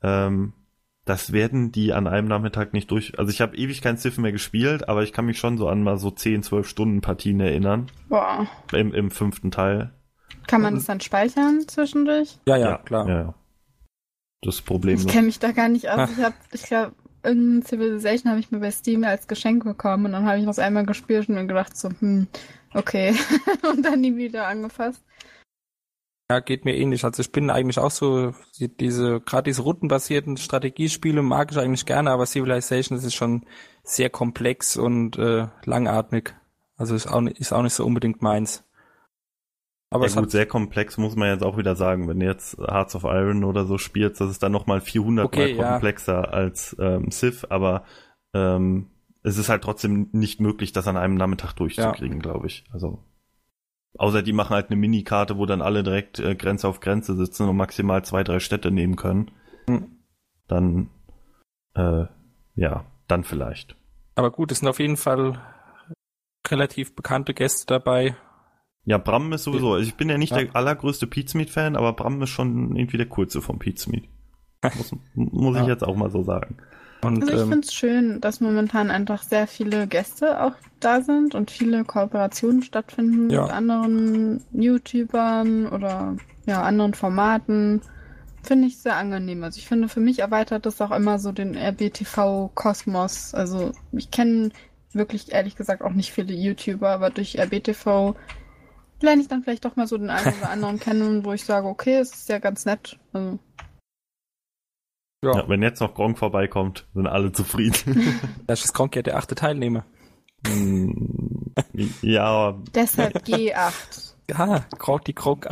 Das werden die an einem Nachmittag nicht durch... Also ich habe ewig kein Civ mehr gespielt, aber ich kann mich schon so an mal so 10-12 Stunden Partien erinnern. Boah. Im 5. Teil. Kann man das dann speichern zwischendurch? Ja, klar. Ja. Das Problem. Ich kenne mich da gar nicht aus. Ich glaube, irgendein Civilization habe ich mir bei Steam als Geschenk bekommen und dann habe ich das einmal gespielt und mir gedacht so, okay. Und dann nie wieder angefasst. Ja, geht mir ähnlich. Also ich bin eigentlich auch so, gerade diese rundenbasierten Strategiespiele mag ich eigentlich gerne, aber Civilization ist schon sehr komplex und langatmig. Also ist auch nicht so unbedingt meins. Aber ja gut, sehr komplex muss man jetzt auch wieder sagen. Wenn du jetzt Hearts of Iron oder so spielst, das ist dann nochmal 400 Mal komplexer als Civ, aber es ist halt trotzdem nicht möglich, das an einem Nachmittag durchzukriegen, glaube ich. Also außer die machen halt eine Minikarte, wo dann alle direkt Grenze auf Grenze sitzen und maximal 2-3 Städte nehmen können. Dann, dann vielleicht. Aber gut, es sind auf jeden Fall relativ bekannte Gäste dabei. Ja, Bram ist sowieso, also ich bin ja nicht der allergrößte Pizmeet-Fan, aber Bram ist schon irgendwie der coolste vom Pizmeet. Muss ich jetzt auch mal so sagen. Und Also ich finde es schön, dass momentan einfach sehr viele Gäste auch da sind und viele Kooperationen stattfinden Ja. mit anderen YouTubern oder ja, anderen Formaten. Finde ich sehr angenehm. Also ich finde, für mich erweitert das auch immer so den RBTV-Kosmos. Also ich kenne wirklich ehrlich gesagt auch nicht viele YouTuber, aber durch RBTV lerne ich dann vielleicht doch mal so den einen oder anderen kennen, wo ich sage, okay, es ist ja ganz nett. Also, Ja, wenn jetzt noch Gronk vorbeikommt, sind alle zufrieden. das ist Gronk ja der 8. Teilnehmer. Ja, aber deshalb G8. Ja, Gronk, die Gronk.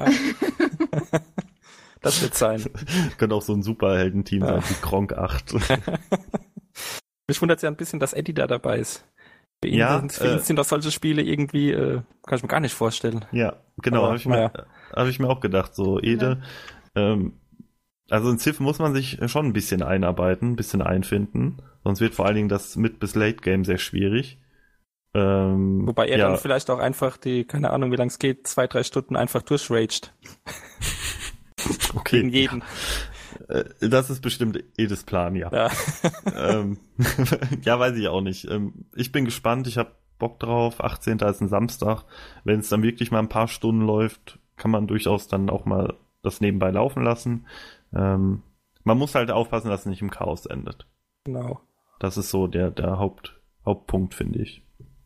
Das wird sein. könnte auch so ein Superheldenteam sein, die Gronk 8. Mich wundert es ja ein bisschen, dass Eddie da dabei ist. Für ihn, Ja, für ihn sind doch solche Spiele irgendwie, kann ich mir gar nicht vorstellen. Ja, genau, Aber, hab ich mir auch gedacht, so Ede. Also in Civ muss man sich schon ein bisschen einarbeiten, ein bisschen einfinden, sonst wird vor allen Dingen das Mid- bis Late-Game sehr schwierig. Wobei er ja, dann vielleicht auch einfach die, keine Ahnung, wie lange es geht, 2-3 Stunden einfach durchraged. okay. Gegen jeden. Das ist bestimmt Edes Plan, ja. Ja. Ja, weiß ich auch nicht. Ich bin gespannt, ich habe Bock drauf. 18. ist ein Samstag. Wenn es dann wirklich mal ein paar Stunden läuft, kann man durchaus dann auch mal das nebenbei laufen lassen. Man muss halt aufpassen, dass es nicht im Chaos endet. Genau. Das ist so der Hauptpunkt, finde ich.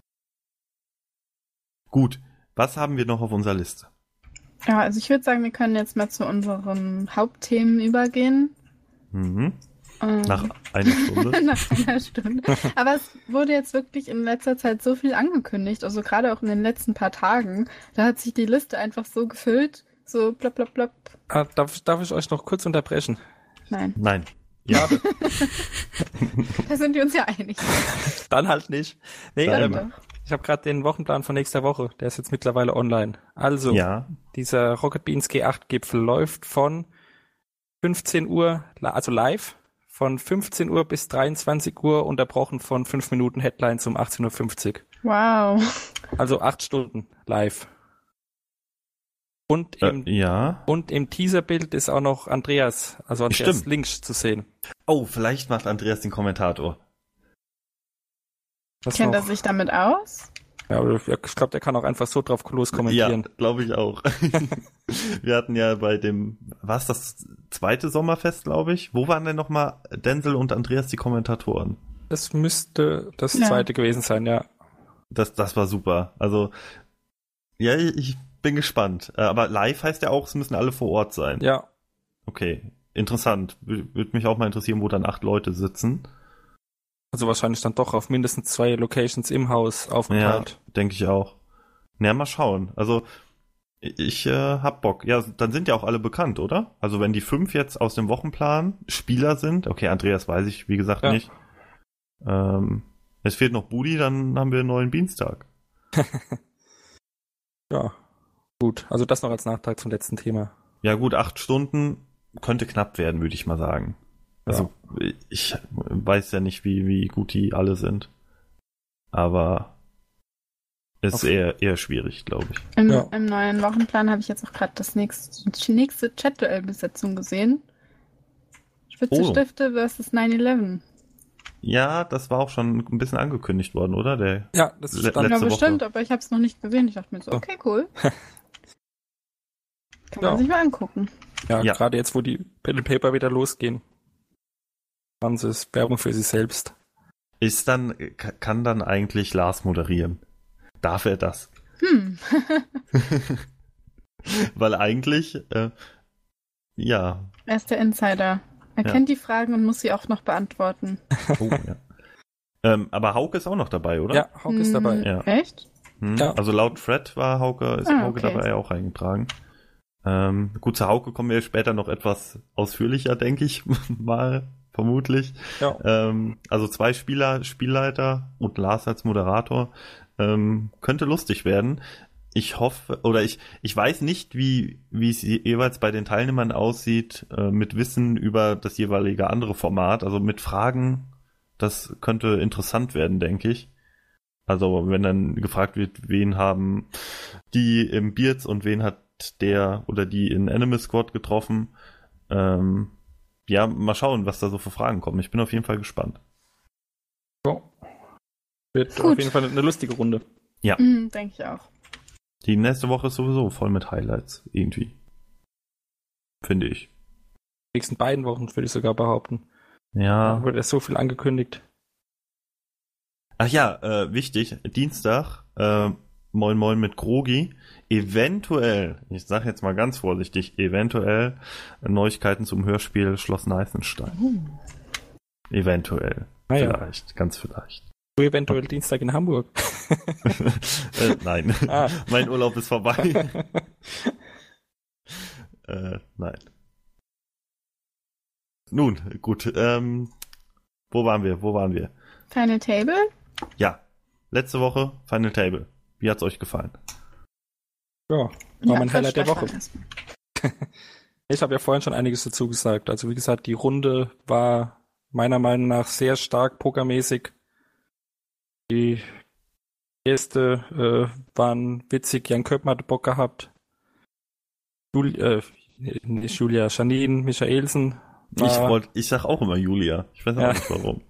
Gut, was haben wir noch auf unserer Liste? Ja, also ich würde sagen, wir können jetzt mal zu unseren Hauptthemen übergehen. Mhm. Nach einer Stunde. Nach einer Stunde. Aber es wurde jetzt wirklich in letzter Zeit so viel angekündigt, also gerade auch in den letzten paar Tagen. Da hat sich die Liste einfach so gefüllt, so plopp, plopp, plopp. Darf ich euch noch kurz unterbrechen? Nein, Nein. Ja, da sind wir uns ja einig. Dann halt nicht. Nee, Dann Doch. ich habe gerade den Wochenplan von nächster Woche, der ist jetzt mittlerweile online. Also, ja. dieser Rocket Beans G8-Gipfel läuft von 15 Uhr, also live, von 15 Uhr bis 23 Uhr, unterbrochen von 5 Minuten Headlines um 18.50 Uhr. Wow. Also 8 Stunden live. Und Ja. im Teaserbild ist auch noch Andreas Stimmt. Links zu sehen. Oh, vielleicht macht Andreas den Kommentator. Das Kennt er noch, sich damit aus? ja, ich glaube, der kann auch einfach so drauf los Ja, kommentieren. glaube ich auch. Wir hatten ja bei dem, war es das zweite Sommerfest, glaube ich? Wo waren denn nochmal Denzel und Andreas die Kommentatoren? Das müsste das Ja. zweite gewesen sein, ja. Das war super. Also, ja, ich bin gespannt. Aber live heißt ja auch, es müssen alle vor Ort sein. Ja, Okay, interessant. Würde mich auch mal interessieren, wo dann 8 Leute sitzen. also wahrscheinlich dann doch auf mindestens 2 Locations im Haus Ja, aufgeteilt. denke ich auch. Na, mal schauen. Also, ich hab Bock. Ja, dann sind ja auch alle bekannt, oder? Also, wenn die 5 jetzt aus dem Wochenplan Spieler sind, okay, Andreas weiß ich, wie gesagt, Ja. nicht. Es fehlt noch Budi, dann haben wir einen neuen Dienstag. Ja, gut. Also das noch als Nachtrag zum letzten Thema. Ja gut, 8 Stunden könnte knapp werden, würde ich mal sagen. Also, ich weiß ja nicht, wie gut die alle sind. Aber es ist eher schwierig, glaube ich. Im neuen Wochenplan habe ich jetzt auch gerade die nächste Chat-Duell-Besetzung gesehen. Spitze Oh. Stifte versus 9/11. Ja, das war auch schon ein bisschen angekündigt worden, oder? Ja, das Le- stand. Ja, Letzte bestimmt, Woche. aber ich habe es noch nicht gesehen. Ich dachte mir so, Oh. okay, cool. Kann Ja. man sich mal angucken. Ja, Ja. gerade jetzt, wo die Pen and Paper wieder losgehen, haben sie es Werbung für sich selbst. Kann dann eigentlich Lars moderieren? Darf er das? Weil eigentlich, ja. Er ist der Insider. Er Ja. kennt die Fragen und muss sie auch noch beantworten. Oh, ja. Aber Hauke ist auch noch dabei, oder? Ja, Hauke ist dabei. Ja. Echt? Ja. Also laut Fred ist Hauke okay. dabei auch eingetragen. Gut, zu Hauke kommen wir später noch etwas ausführlicher, denke ich mal, vermutlich. Ja. Also 2 Spielleiter und Lars als Moderator. Könnte lustig werden. Ich hoffe, oder ich weiß nicht, wie es jeweils bei den Teilnehmern aussieht, mit Wissen über das jeweilige andere Format, also mit Fragen. Das könnte interessant werden, denke ich. Also wenn dann gefragt wird, wen haben die im Beards und wen hat der oder die in Animal Squad getroffen. Ja, mal schauen, was da so für Fragen kommen. Ich bin auf jeden Fall gespannt. Wird Gut. auf jeden Fall eine lustige Runde. Ja. Denke ich auch. Die nächste Woche ist sowieso voll mit Highlights, irgendwie. Finde ich. Die nächsten beiden Wochen würde ich sogar behaupten. Ja. Da wird erst so viel angekündigt. Ach ja, wichtig, Dienstag, Moin Moin mit Krogi. Eventuell, ich sage jetzt mal ganz vorsichtig, eventuell Neuigkeiten zum Hörspiel Schloss Neißenstein. Eventuell. Naja. Vielleicht, ganz vielleicht. Du eventuell Dienstag in Hamburg. Nein, mein Urlaub ist vorbei. Nein. Nun, gut, wo waren wir? Final Table? Ja, letzte Woche Final Table. Wie hat's euch gefallen? Ja, war mein Highlight der Woche. Ich habe ja vorhin schon einiges dazu gesagt. Also wie gesagt, die Runde war meiner Meinung nach sehr stark pokermäßig. Die Gäste waren witzig. Jan Köppen hatte Bock gehabt. Nicht Julia, Janine, Michaelsen. Ich sag auch immer Julia. Ich weiß auch nicht warum.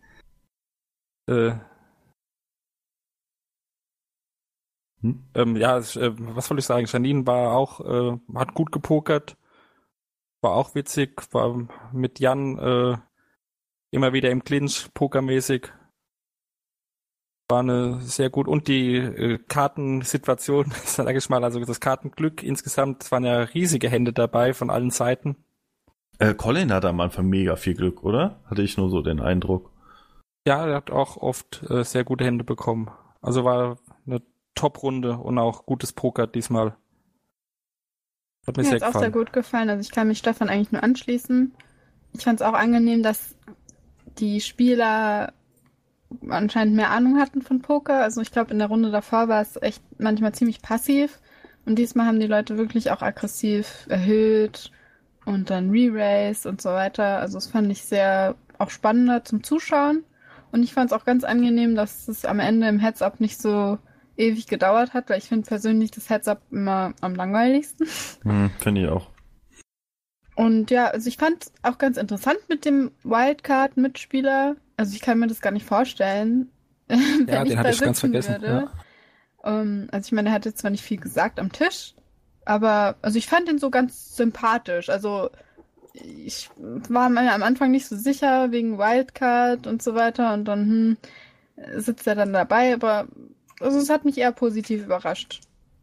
Was wollte ich sagen? Janine war auch, hat gut gepokert, war auch witzig, war mit Jan immer wieder im Clinch, pokermäßig. War eine sehr gut. Und die Kartensituation, sage ich mal, also das Kartenglück insgesamt, es waren ja riesige Hände dabei von allen Seiten. Colin hatte am Anfang mega viel Glück, oder? Hatte ich nur so den Eindruck. Ja, er hat auch oft sehr gute Hände bekommen. Also war eine Top-Runde und auch gutes Poker diesmal. Hat mir sehr gefallen. Mir hat auch sehr gut gefallen. Also ich kann mich Stefan eigentlich nur anschließen. Ich fand es auch angenehm, dass die Spieler anscheinend mehr Ahnung hatten von Poker. Also ich glaube, in der Runde davor war es echt manchmal ziemlich passiv. Und diesmal haben die Leute wirklich auch aggressiv erhöht und dann Re-Raise und so weiter. Also das fand ich sehr auch spannender zum Zuschauen. Und ich fand es auch ganz angenehm, dass es am Ende im Heads-Up nicht so ewig gedauert hat, weil ich finde persönlich das Heads-Up immer am langweiligsten. Finde ich auch. Und ja, also ich fand es auch ganz interessant mit dem Wildcard-Mitspieler. Also ich kann mir das gar nicht vorstellen, wenn ja, ich den da hatte ich ganz sitzen vergessen. würde. Ja. Also ich meine, er hatte zwar nicht viel gesagt am Tisch, aber also ich fand ihn so ganz sympathisch. Also ich war mir am Anfang nicht so sicher wegen Wildcard und so weiter und dann sitzt er dann dabei, aber also es hat mich eher positiv überrascht.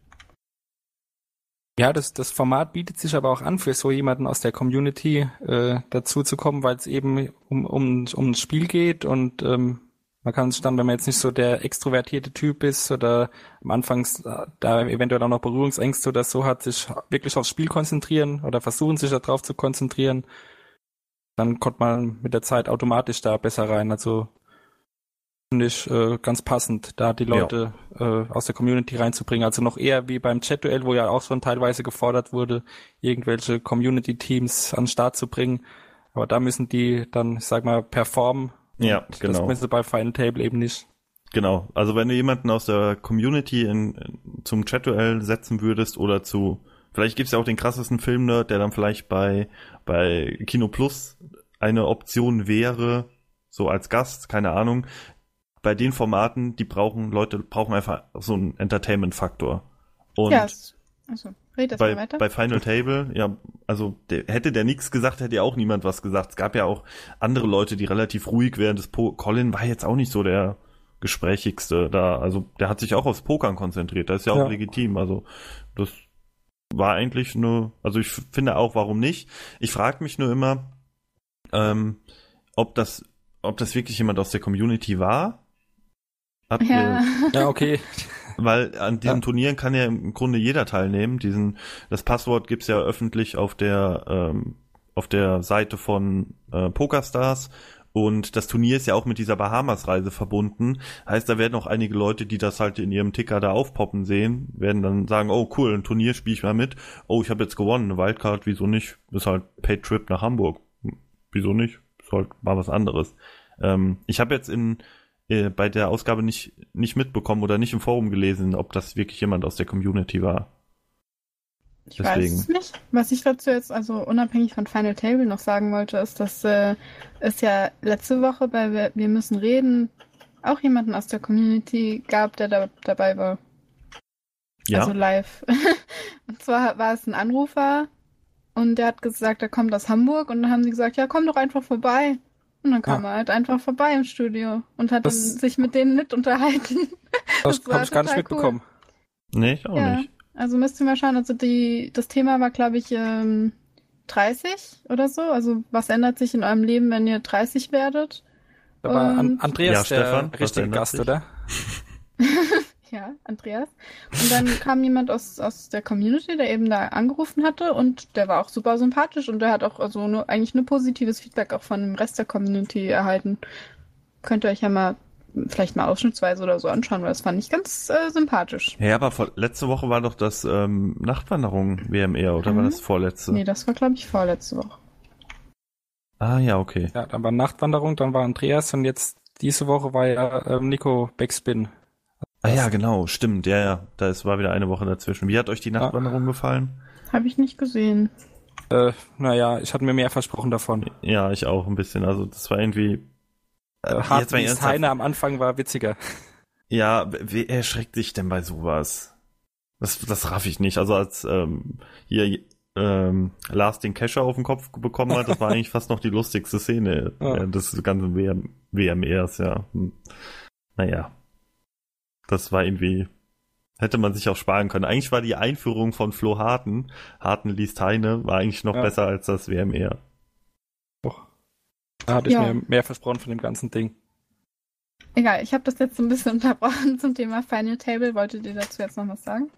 Ja, das Format bietet sich aber auch an, für so jemanden aus der Community dazu zu kommen, weil es eben um ein Spiel geht und man kann sich dann, wenn man jetzt nicht so der extrovertierte Typ ist oder am Anfang da eventuell auch noch Berührungsängste oder so hat, sich wirklich aufs Spiel konzentrieren oder versuchen, sich darauf zu konzentrieren, dann kommt man mit der Zeit automatisch da besser rein. Also finde ich ganz passend, da die Leute aus der Community reinzubringen. Also noch eher wie beim Chat-Duell, wo ja auch schon teilweise gefordert wurde, irgendwelche Community-Teams an den Start zu bringen. Aber da müssen die dann, ich sag mal, performen. Ja, genau. Das müssen sie bei Final Table eben nicht. Genau. Also wenn du jemanden aus der Community zum Chat-Duell setzen würdest oder vielleicht gibt's ja auch den krassesten Film-Nerd, der dann vielleicht bei Kino Plus eine Option wäre, so als Gast, keine Ahnung. Bei den Formaten, Leute brauchen einfach so einen Entertainment-Faktor. Und ja, also red das mal weiter. Bei Final Table, ja, also hätte der nichts gesagt, hätte ja auch niemand was gesagt. Es gab ja auch andere Leute, die relativ ruhig während des Colin war jetzt auch nicht so der gesprächigste da. Also der hat sich auch aufs Pokern konzentriert. Das ist ja auch legitim. Also das war eigentlich also ich finde auch, warum nicht. Ich frage mich nur immer, ob das wirklich jemand aus der Community war. Ja, okay. Weil an diesen Turnieren kann ja im Grunde jeder teilnehmen. Das Passwort gibt's ja öffentlich auf der Seite von PokerStars und das Turnier ist ja auch mit dieser Bahamas-Reise verbunden. Heißt, da werden auch einige Leute, die das halt in ihrem Ticker da aufpoppen sehen, werden dann sagen, oh cool, ein Turnier spiele ich mal mit. Oh, ich habe jetzt gewonnen, eine Wildcard, wieso nicht? Ist halt Paid Trip nach Hamburg. Wieso nicht? Ist halt mal was anderes. Ich habe jetzt bei der Ausgabe nicht mitbekommen oder nicht im Forum gelesen, ob das wirklich jemand aus der Community war. Ich weiß es nicht. Was ich dazu jetzt also unabhängig von Final Table noch sagen wollte, ist, dass es ja letzte Woche bei Wir müssen reden auch jemanden aus der Community gab, der dabei war. Ja. Also live. Und zwar war es ein Anrufer und der hat gesagt, er kommt aus Hamburg und dann haben sie gesagt, ja, komm doch einfach vorbei. Und dann kam er halt einfach vorbei im Studio und hat sich mit denen nicht unterhalten. Das habe ich gar nicht mitbekommen. Cool. Nee, ich auch nicht. Also müsst ihr mal schauen. Also das Thema war, glaube ich, 30 oder so. Also was ändert sich in eurem Leben, wenn ihr 30 werdet? Da war Andreas ja, der Stefan, richtige Gast, sich? oder? Ja, Andreas. Und dann kam jemand aus der Community, der eben da angerufen hatte und der war auch super sympathisch und der hat auch eigentlich nur positives Feedback auch von dem Rest der Community erhalten. Könnt ihr euch ja vielleicht mal ausschnittsweise oder so anschauen, weil das fand ich ganz sympathisch. Ja, aber letzte Woche war doch das Nachtwanderung WMR, oder war das vorletzte? Nee, das war, glaube ich, vorletzte Woche. Ah, ja, okay. Ja, dann war Nachtwanderung, dann war Andreas und jetzt diese Woche war ja Nico Backspin. Ah ja, genau, stimmt, ja. War wieder eine Woche dazwischen. Wie hat euch die Nachtwanderung gefallen? Habe ich nicht gesehen. Naja, ich hatte mir mehr versprochen davon. Ja, ich auch ein bisschen. Also das war irgendwie... Hartwies Heine am Anfang war witziger. Ja, wer erschreckt sich denn bei sowas? Das raff ich nicht. Also als Lars den Kescher auf den Kopf bekommen hat, das war eigentlich fast noch die lustigste Szene des ganzen WMRs, ja. Naja. Das war irgendwie, hätte man sich auch sparen können. Eigentlich war die Einführung von Flo Harten liest Heine, war eigentlich noch besser als das WMR. Doch. Da hatte ich mir mehr versprochen von dem ganzen Ding. Egal, ich habe das jetzt so ein bisschen unterbrochen zum Thema Final Table. Wolltet ihr dazu jetzt noch was sagen?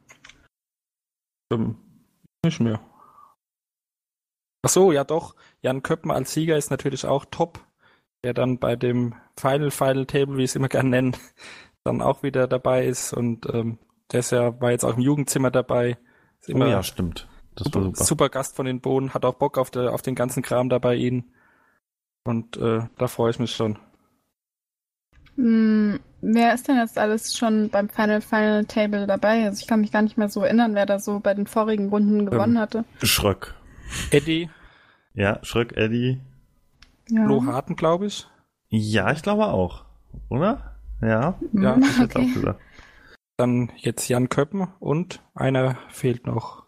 Nicht mehr. Ach so, ja doch. Jan Köppen als Sieger ist natürlich auch top. Der dann bei dem Final Table, wie ich es immer gerne nenne, dann auch wieder dabei ist und der war jetzt auch im Jugendzimmer dabei. Ist immer ja, stimmt. Das war super. Super Gast von den Bohnen, hat auch Bock auf den ganzen Kram da bei ihnen. Und da freue ich mich schon. Wer ist denn jetzt alles schon beim Final Table dabei? Also ich kann mich gar nicht mehr so erinnern, wer da so bei den vorigen Runden gewonnen hatte. Schröck. Eddie. Ja, Schröck, Eddie. Ja. Flo Harten, glaube ich. Ja, ich glaube auch. Oder? Ja, ich hätte auch gesagt. Dann jetzt Jan Köppen und einer fehlt noch.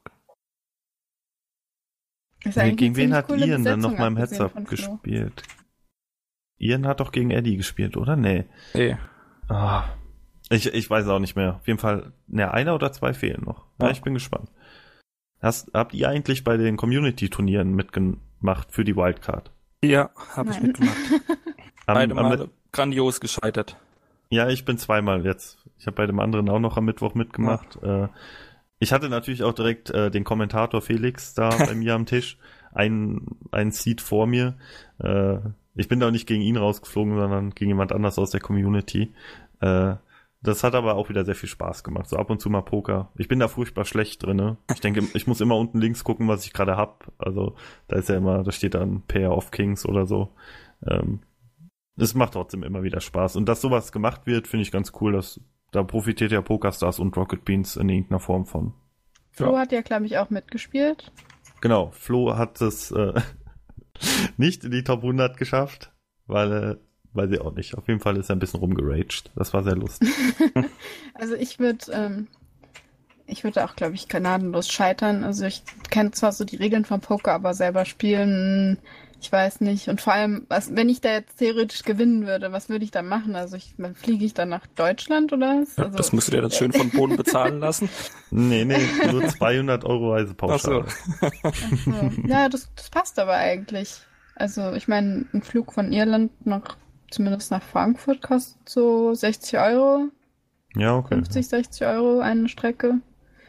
Gegen wen hat Ian dann noch mal im Heads-Up gespielt? Ian hat doch gegen Eddie gespielt, oder? Nee. Oh, ich weiß auch nicht mehr. Auf jeden Fall, einer oder zwei fehlen noch. Ja, ich bin gespannt. Habt ihr eigentlich bei den Community-Turnieren mitgemacht für die Wildcard? Ja, habe ich mitgemacht. Beide Male grandios gescheitert. Ja, ich bin zweimal jetzt. Ich habe bei dem anderen auch noch am Mittwoch mitgemacht. Ja. Ich hatte natürlich auch direkt den Kommentator Felix da bei mir am Tisch. Ein Seat vor mir. Ich bin da nicht gegen ihn rausgeflogen, sondern gegen jemand anders aus der Community. Das hat aber auch wieder sehr viel Spaß gemacht. So ab und zu mal Poker. Ich bin da furchtbar schlecht drin. Ne? Ich denke, ich muss immer unten links gucken, was ich gerade hab. Also da steht dann Pair of Kings oder so. Es macht trotzdem immer wieder Spaß. Und dass sowas gemacht wird, finde ich ganz cool. Da profitiert ja PokerStars und Rocket Beans in irgendeiner Form von. Flo hat ja, glaube ich, auch mitgespielt. Genau, Flo hat es nicht in die Top 100 geschafft, weil sie auch nicht. Auf jeden Fall ist er ein bisschen rumgeraged. Das war sehr lustig. Also ich würde auch, glaube ich, gnadenlos scheitern. Also ich kenne zwar so die Regeln vom Poker, aber selber spielen, ich weiß nicht. Und vor allem, wenn ich da jetzt theoretisch gewinnen würde, was würde ich dann machen? Also fliege ich dann nach Deutschland oder was? Also, das musst du dir dann schön von Boden bezahlen lassen. Nee, nur 200 € Reisepauschale. Ach so. Ja, das passt aber eigentlich. Also ich meine, ein Flug von Irland zumindest nach Frankfurt kostet so 60 €. Ja, okay. 50, 60 € eine Strecke.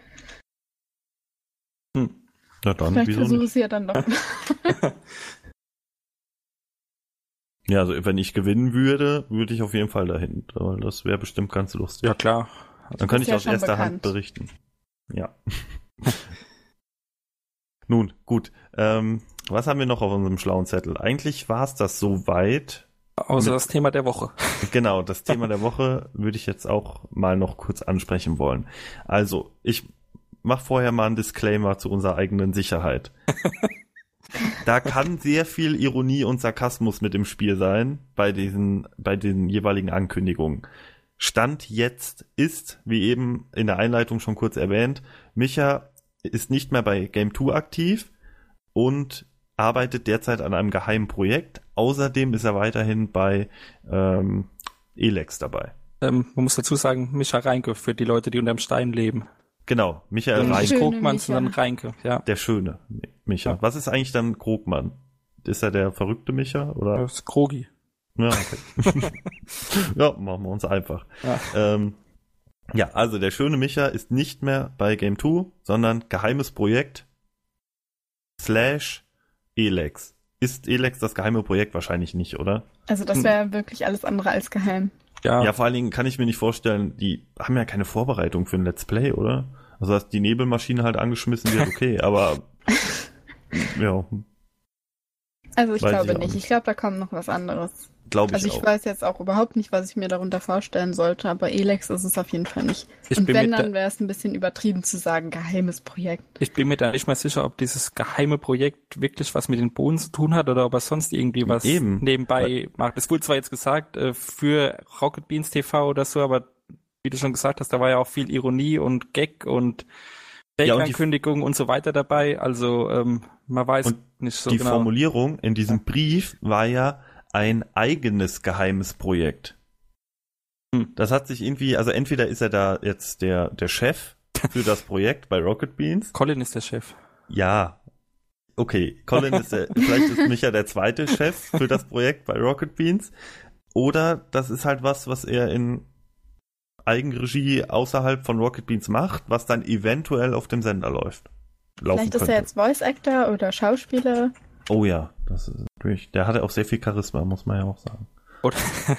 Ja, dann, vielleicht versuche ich es ja dann doch. Ja, also wenn ich gewinnen würde ich auf jeden Fall dahin. Das wäre bestimmt ganz lustig. Ja, klar. Dann könnte ich aus erster Hand berichten. Ja. Nun, gut. Was haben wir noch auf unserem schlauen Zettel? Eigentlich war es das soweit. Außer das Thema der Woche. Genau, das Thema der Woche würde ich jetzt auch mal noch kurz ansprechen wollen. Also, ich mache vorher mal einen Disclaimer zu unserer eigenen Sicherheit. da kann sehr viel Ironie und Sarkasmus mit im Spiel sein bei den jeweiligen Ankündigungen. Stand jetzt ist, wie eben in der Einleitung schon kurz erwähnt, Micha ist nicht mehr bei Game 2 aktiv und arbeitet derzeit an einem geheimen Projekt. Außerdem ist er weiterhin bei Elex dabei. Man muss dazu sagen, Micha Reinke, für die Leute, die unterm Stein leben. Genau, Michael Nicht Reinke. Krogmann, Micha. sondern Reinke, ja. Der schöne Micha. Ja. Was ist eigentlich dann Krogmann? Ist er der verrückte Micha? Oder? Das ist Krogi. Ja, okay. Ja, machen wir uns einfach. Ja. Also der schöne Micha ist nicht mehr bei Game 2, sondern geheimes Projekt / Elex. Ist Elex das geheime Projekt? Wahrscheinlich nicht, oder? Also das wäre wirklich alles andere als geheim. Ja, vor allen Dingen kann ich mir nicht vorstellen, die haben ja keine Vorbereitung für ein Let's Play, oder? Also, dass die Nebelmaschine halt angeschmissen wird, okay, aber ja, Also ich Weiß glaube ich auch nicht. nicht. Ich glaube, da kommt noch was anderes. glaube ich Also ich auch. weiß jetzt auch überhaupt nicht, was ich mir darunter vorstellen sollte, aber Elex ist es auf jeden Fall nicht. Ich Und bin wenn, mit dann wäre es ein bisschen übertrieben zu sagen, geheimes Projekt. Ich bin mir da nicht mal sicher, ob dieses geheime Projekt wirklich was mit den Bohnen zu tun hat oder ob er sonst irgendwie was Eben. nebenbei macht. Es wurde zwar jetzt gesagt, für Rocket Beans TV oder so, aber wie du schon gesagt hast, da war ja auch viel Ironie und Gag und Ja, und die- Fake-Ankündigungen und so weiter dabei. Also man weiß Und nicht so Die genau. Formulierung in diesem Brief war ja ein eigenes geheimes Projekt. Das hat sich irgendwie, also entweder ist er da jetzt der Chef für das Projekt bei Rocket Beans. Colin ist der Chef. Ja. Okay, Colin ist vielleicht ist Micha der zweite Chef für das Projekt bei Rocket Beans. Oder das ist halt was er in Eigenregie außerhalb von Rocket Beans macht, was dann eventuell auf dem Sender läuft. Vielleicht ist er jetzt Voice Actor oder Schauspieler. Oh ja, das ist natürlich, der hatte auch sehr viel Charisma, muss man ja auch sagen. Oder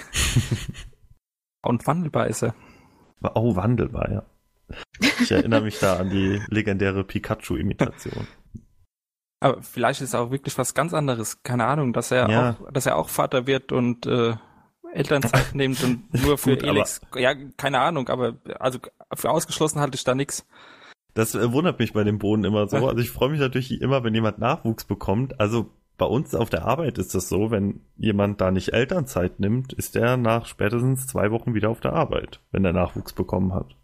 und wandelbar ist er. Oh, wandelbar, ja. Ich erinnere mich da an die legendäre Pikachu-Imitation. Aber vielleicht ist es auch wirklich was ganz anderes. Keine Ahnung, dass er auch Vater wird und Elternzeit nimmt und nur für Gut, Elex. Ja, keine Ahnung, aber also für ausgeschlossen halte ich da nichts. Das wundert mich bei dem Bohnen immer so. Also ich freue mich natürlich immer, wenn jemand Nachwuchs bekommt. Also bei uns auf der Arbeit ist das so, wenn jemand da nicht Elternzeit nimmt, ist der nach spätestens 2 Wochen wieder auf der Arbeit, wenn er Nachwuchs bekommen hat.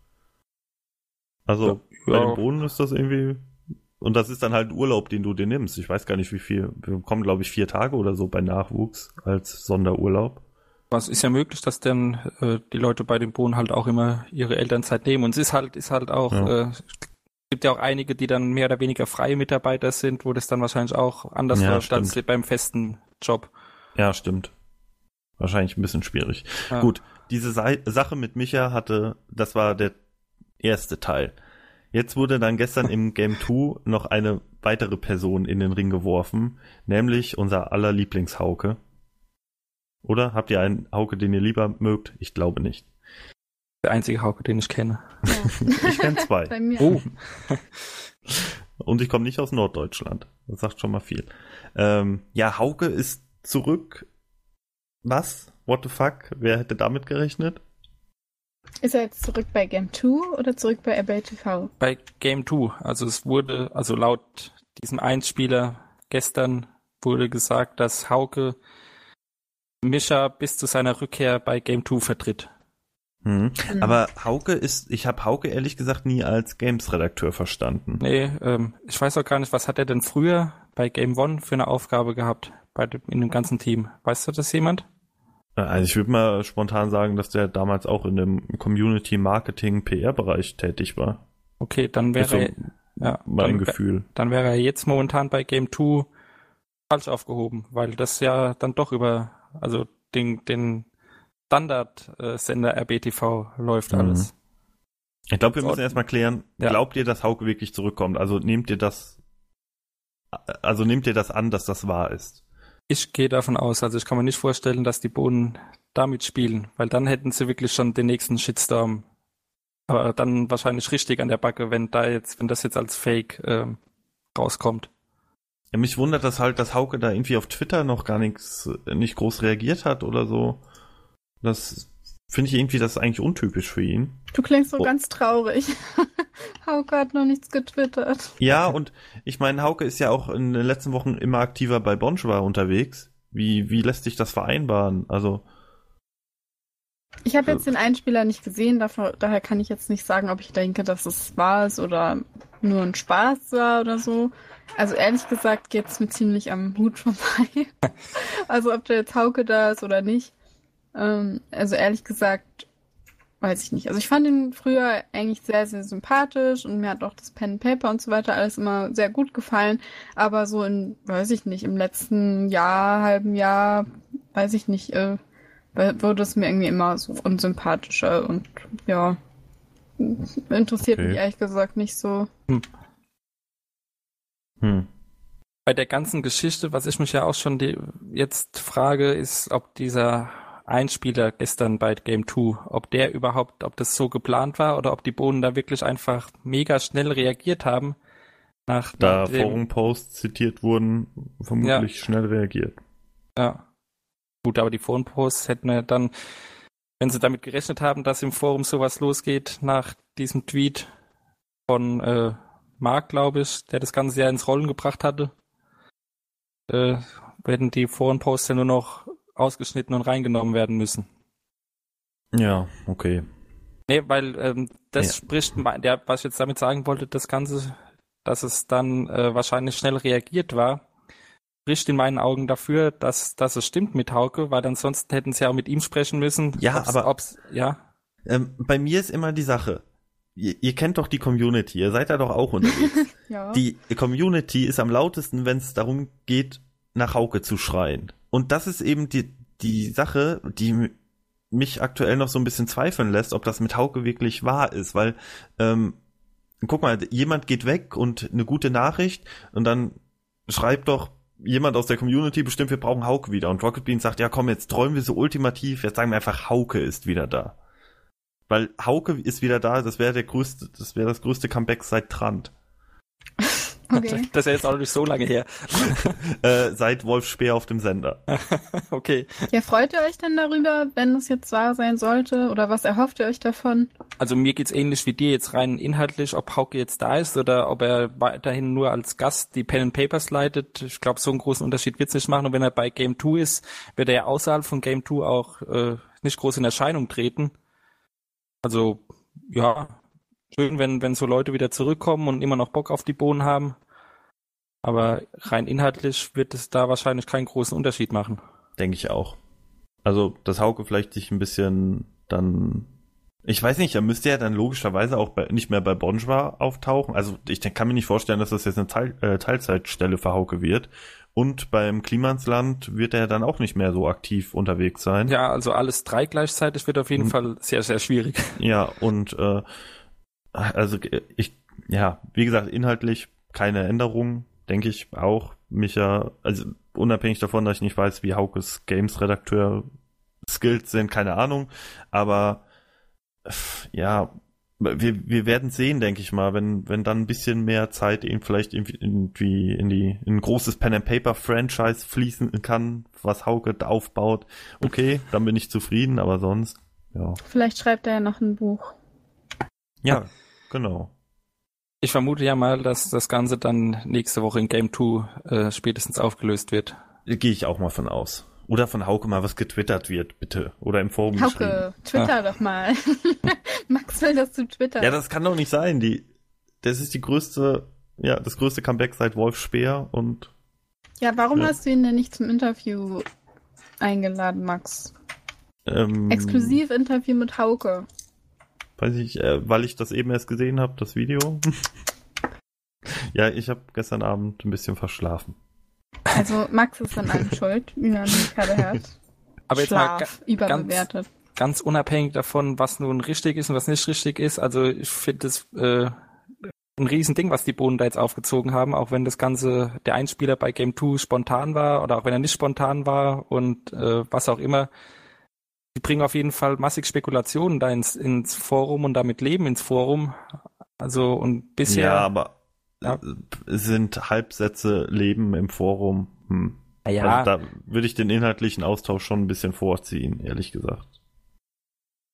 Also Ja. bei dem Bohnen ist das irgendwie... Und das ist dann halt Urlaub, den du dir nimmst. Ich weiß gar nicht, wie viel. Wir bekommen, glaube ich, 4 Tage oder so bei Nachwuchs als Sonderurlaub. Was ist ja möglich, dass dann die Leute bei dem Bohnen halt auch immer ihre Elternzeit nehmen. Und es ist halt auch, es gibt ja auch einige, die dann mehr oder weniger freie Mitarbeiter sind, wo das dann wahrscheinlich auch anders Ja, läuft als stimmt. beim festen Job. Ja, stimmt. Wahrscheinlich ein bisschen schwierig. Ja. Gut, diese Sache mit Micha das war der erste Teil. Jetzt wurde dann gestern im Game 2 noch eine weitere Person in den Ring geworfen, nämlich unser aller Lieblingshauke. Oder? Habt ihr einen Hauke, den ihr lieber mögt? Ich glaube nicht. Der einzige Hauke, den ich kenne. Ich kenne 2. Bei mir. Oh, Und ich komme nicht aus Norddeutschland. Das sagt schon mal viel. Ja, Hauke ist zurück. Was? What the fuck? Wer hätte damit gerechnet? Ist er jetzt zurück bei Game 2 oder zurück bei RB TV? bei Game 2. Also es wurde, also laut diesem Einspieler gestern wurde gesagt, dass Hauke Micha bis zu seiner Rückkehr bei Game 2 vertritt. Aber ich habe Hauke ehrlich gesagt nie als Games-Redakteur verstanden. Nee, ich weiß auch gar nicht, was hat er denn früher bei Game One für eine Aufgabe gehabt in dem ganzen Team? Weißt du das jemand? Also ich würde mal spontan sagen, dass der damals auch in dem Community-Marketing-PR-Bereich tätig war. Okay, dann Ist so wäre mein Gefühl. dann wäre er jetzt momentan bei Game 2 falsch aufgehoben, weil das ja dann doch über den Standard-Sender RBTV läuft Mhm. alles. Ich glaube, wir müssen erstmal klären, Ja. glaubt ihr, dass Hauke wirklich zurückkommt? Also nehmt ihr das an, dass das wahr ist? Ich gehe davon aus, also ich kann mir nicht vorstellen, dass die Bohnen damit spielen, weil dann hätten sie wirklich schon den nächsten Shitstorm. Aber dann wahrscheinlich richtig an der Backe, wenn das jetzt als Fake rauskommt. Ja, mich wundert das halt, dass Hauke da irgendwie auf Twitter noch nicht groß reagiert hat oder so. Das finde ich irgendwie, das ist eigentlich untypisch für ihn. Du klingst so ganz traurig. Hauke hat noch nichts getwittert. Ja, und ich meine, Hauke ist ja auch in den letzten Wochen immer aktiver bei Bonschwa unterwegs. Wie lässt sich das vereinbaren? Also Ich habe jetzt den Einspieler nicht gesehen, daher kann ich jetzt nicht sagen, ob ich denke, dass es wahr ist oder nur ein Spaß war oder so. Also ehrlich gesagt geht's mir ziemlich am Hut vorbei. Also ob da jetzt Hauke da ist oder nicht. Also ehrlich gesagt, weiß ich nicht. Also ich fand ihn früher eigentlich sehr, sehr sympathisch und mir hat auch das Pen and Paper und so weiter alles immer sehr gut gefallen. Aber so weiß ich nicht, im letzten halben Jahr, weiß ich nicht, wurde es mir irgendwie immer so unsympathischer und ja, interessiert mich ehrlich gesagt nicht so. Bei der ganzen Geschichte, was ich mich ja auch schon jetzt frage, ist, ob dieser Einspieler gestern bei Game 2, ob das so geplant war oder ob die Bohnen da wirklich einfach mega schnell reagiert haben. Da Forum-Posts zitiert wurden, vermutlich schnell reagiert. Ja. Gut, aber die Forum-Posts hätten ja dann, wenn sie damit gerechnet haben, dass im Forum sowas losgeht, nach diesem Tweet von Marc, glaube ich, der das ganze Jahr ins Rollen gebracht hatte, werden die Forum-Posts ja nur noch ausgeschnitten und reingenommen werden müssen. Ja, okay. Nee, weil das spricht, was ich jetzt damit sagen wollte, das Ganze, dass es dann wahrscheinlich schnell reagiert war, spricht in meinen Augen dafür, dass es stimmt mit Hauke, weil ansonsten hätten sie ja auch mit ihm sprechen müssen. Ja, bei mir ist immer die Sache, ihr kennt doch die Community, ihr seid da doch auch unterwegs. Ja. Die Community ist am lautesten, wenn es darum geht, nach Hauke zu schreien. Und das ist eben die Sache, die mich aktuell noch so ein bisschen zweifeln lässt, ob das mit Hauke wirklich wahr ist, weil guck mal, jemand geht weg und eine gute Nachricht und dann schreibt doch jemand aus der Community bestimmt, wir brauchen Hauke wieder. Und Rocket Beans sagt, ja komm, jetzt träumen wir so ultimativ, jetzt sagen wir einfach, Hauke ist wieder da. Weil Hauke ist wieder da, das wäre das größte Comeback seit Trant. Okay. Das ist ja jetzt auch nicht so lange her. Seit Wolf Speer auf dem Sender. Okay. Ja, freut ihr euch denn darüber, wenn es jetzt wahr sein sollte? Oder was erhofft ihr euch davon? Also mir geht's ähnlich wie dir jetzt rein inhaltlich, ob Hauke jetzt da ist oder ob er weiterhin nur als Gast die Pen and Papers leitet. Ich glaube, so einen großen Unterschied wird's nicht machen. Und wenn er bei Game 2 ist, wird er ja außerhalb von Game 2 auch nicht groß in Erscheinung treten. Also, ja, schön, wenn so Leute wieder zurückkommen und immer noch Bock auf die Bohnen haben. Aber rein inhaltlich wird es da wahrscheinlich keinen großen Unterschied machen. Denke ich auch. Also, dass Hauke vielleicht sich ein bisschen dann, ich weiß nicht, er müsste ja dann logischerweise auch nicht mehr bei Bonschwa auftauchen. Also, ich kann mir nicht vorstellen, dass das jetzt eine Teilzeitstelle für Hauke wird. Und beim Klimansland wird er dann auch nicht mehr so aktiv unterwegs sein. Ja, also alles 3 gleichzeitig wird auf jeden Fall sehr, sehr schwierig. Ja, und wie gesagt, inhaltlich keine Änderung, denke ich auch. Also unabhängig davon, dass ich nicht weiß, wie Haukes Games-Redakteur Skills sind, keine Ahnung. Aber ja, wir werden sehen, denke ich mal, wenn dann ein bisschen mehr Zeit eben vielleicht irgendwie in ein großes Pen-and-Paper-Franchise fließen kann, was Hauke aufbaut. Okay, dann bin ich zufrieden, aber sonst, ja. Vielleicht schreibt er ja noch ein Buch. Ja, genau. Ich vermute ja mal, dass das Ganze dann nächste Woche in Game 2 spätestens aufgelöst wird. Gehe ich auch mal von aus. Oder von Hauke mal was getwittert wird, bitte. Oder im Forum Hauke, Twitter doch mal. Max will, dass du twitterst. Ja, das kann doch nicht sein. Das ist das größte Comeback seit Wolf Speer und... Ja, warum hast du ihn denn nicht zum Interview eingeladen, Max? Exklusiv-Interview mit Hauke. Weiß ich, weil ich das eben erst gesehen habe, das Video. Ja, ich habe gestern Abend ein bisschen verschlafen. Also Max ist an allem schuld, wie man gerade hört. Aber jetzt Schlaf, mal überbewertet. Ganz unabhängig davon, was nun richtig ist und was nicht richtig ist. Also ich finde das ein Riesending, was die Bohnen da jetzt aufgezogen haben, auch wenn das Ganze, der Einspieler bei Game 2 spontan war oder auch wenn er nicht spontan war und was auch immer. Die bringen auf jeden Fall massig Spekulationen da ins Forum und damit Leben ins Forum. Also und bisher... Ja, aber sind Halbsätze Leben im Forum. Ja. Also da würde ich den inhaltlichen Austausch schon ein bisschen vorziehen, ehrlich gesagt.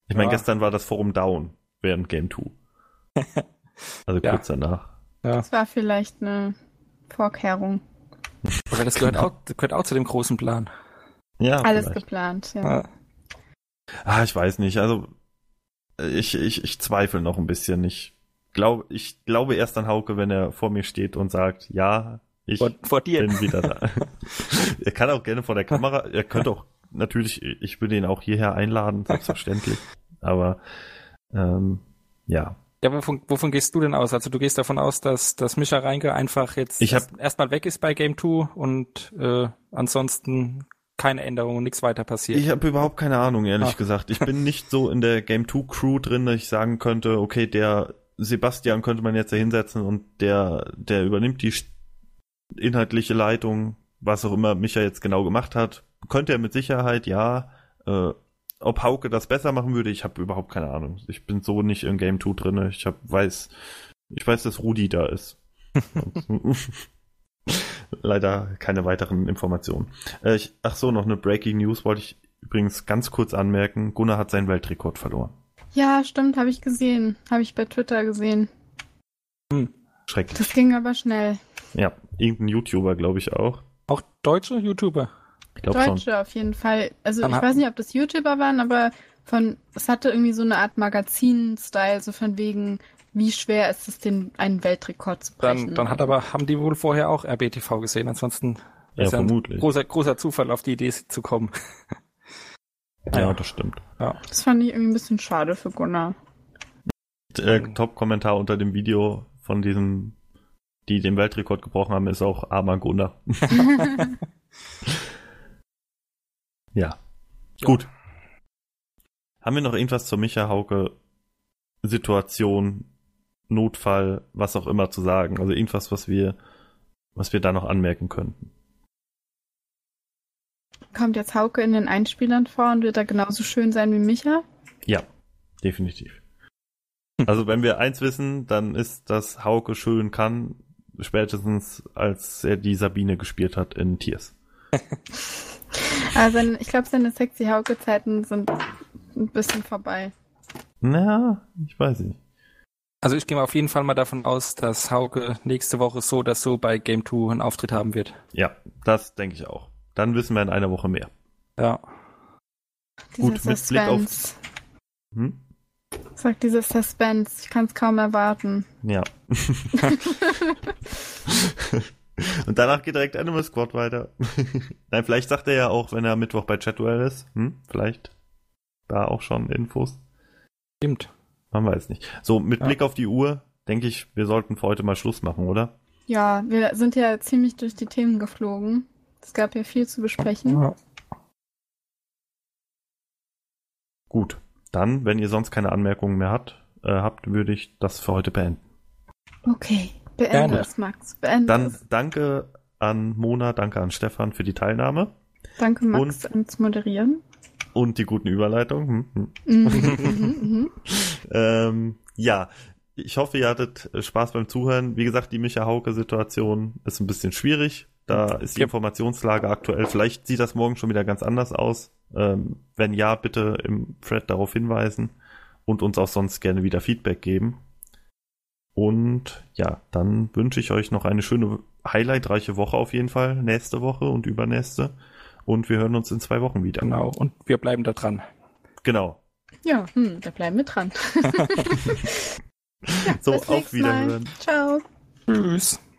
Ich meine, Ja. gestern war das Forum down während Game 2. Also Ja. kurz danach. Ja. Das war vielleicht eine Vorkehrung. Aber das gehört auch zu dem großen Plan. Ja, Alles vielleicht. geplant, ja. Ja. Ich weiß nicht. Also ich zweifle noch ein bisschen. Ich glaube erst an Hauke, wenn er vor mir steht und sagt, ja, ich Vor dir. bin wieder da. Er kann auch gerne vor der Kamera. Er könnte auch natürlich, ich würde ihn auch hierher einladen, selbstverständlich. Aber ja. Ja, wovon gehst du denn aus? Also du gehst davon aus, dass Micha Reinke einfach jetzt erstmal weg ist bei Game 2 und ansonsten keine Änderungen, nichts weiter passiert. Ich habe überhaupt keine Ahnung, ehrlich Ach. gesagt. Ich bin nicht so in der Game 2 Crew drin, dass ich sagen könnte, okay, der Sebastian könnte man jetzt da hinsetzen und der übernimmt die inhaltliche Leitung, was auch immer Micha jetzt genau gemacht hat. Könnte er mit Sicherheit, ja. Ob Hauke das besser machen würde, ich habe überhaupt keine Ahnung. Ich bin so nicht in Game 2 drin. Ich weiß, dass Rudi da ist. Leider keine weiteren Informationen. Noch eine Breaking News wollte ich übrigens ganz kurz anmerken. Gunnar hat seinen Weltrekord verloren. Ja, stimmt, habe ich gesehen. Habe ich bei Twitter gesehen. Schrecklich. Das ging aber schnell. Ja, irgendein YouTuber, glaube ich auch. Auch deutsche YouTuber. Ich glaube schon. Deutsche auf jeden Fall. Also Dann ich weiß nicht, ob das YouTuber waren, aber es hatte irgendwie so eine Art Magazin-Style, so von wegen, wie schwer ist es, einen Weltrekord zu brechen. Dann haben die wohl vorher auch RBTV gesehen, ansonsten Ja, ist ja ein vermutlich. großer Zufall, auf die Idee zu kommen. Ja, das stimmt. Das fand ich irgendwie ein bisschen schade für Gunnar. Top-Kommentar unter dem Video von diesem, die den Weltrekord gebrochen haben, ist auch armer Gunnar. Ja. Gut. Haben wir noch irgendwas zur Micha Hauke Situation, Notfall, was auch immer zu sagen? Also irgendwas, was wir da noch anmerken könnten? Kommt jetzt Hauke in den Einspielern vor und wird er genauso schön sein wie Micha? Ja, definitiv. Also wenn wir eins wissen, dann ist, dass Hauke schön kann, spätestens als er die Sabine gespielt hat in Tears. Also ich glaube, seine sexy Hauke-Zeiten sind ein bisschen vorbei. Na, ich weiß nicht. Also ich gehe mal auf jeden Fall mal davon aus, dass Hauke nächste Woche so oder so bei Game 2 einen Auftritt haben wird. Ja, das denke ich auch. Dann wissen wir in einer Woche mehr. Ja. Gut, mit Blick auf- Suspense. Hm? Sagt dieses Suspense, ich kann es kaum erwarten. Ja. Und danach geht direkt Animal Squad weiter. Nein, vielleicht sagt er ja auch, wenn er Mittwoch bei Chatwell ist. Vielleicht da auch schon Infos. Stimmt. Man weiß nicht. So, mit Ja. Blick auf die Uhr, denke ich, wir sollten für heute mal Schluss machen, oder? Ja, wir sind ja ziemlich durch die Themen geflogen. Es gab ja viel zu besprechen. Ja. Gut. Dann, wenn ihr sonst keine Anmerkungen mehr habt, würde ich das für heute beenden. Okay, beende Gerne. es, Max. Beende Dann es. danke an Mona, danke an Stefan für die Teilnahme Danke, Max, ans Moderieren. und die guten Überleitungen. Ja, ich hoffe, ihr hattet Spaß beim Zuhören. Wie gesagt, die Micha Hauke-Situation ist ein bisschen schwierig. Da ist die Ja. Informationslage aktuell. Vielleicht sieht das morgen schon wieder ganz anders aus. Wenn ja, bitte im Thread darauf hinweisen und uns auch sonst gerne wieder Feedback geben. Und ja, dann wünsche ich euch noch eine schöne, highlightreiche Woche auf jeden Fall. Nächste Woche und übernächste. Und wir hören uns in 2 Wochen wieder. Genau. Und wir bleiben da dran. Genau. Ja, da bleiben wir dran. So, Bis auf nächstes Mal. Wiederhören. Ciao. Tschüss.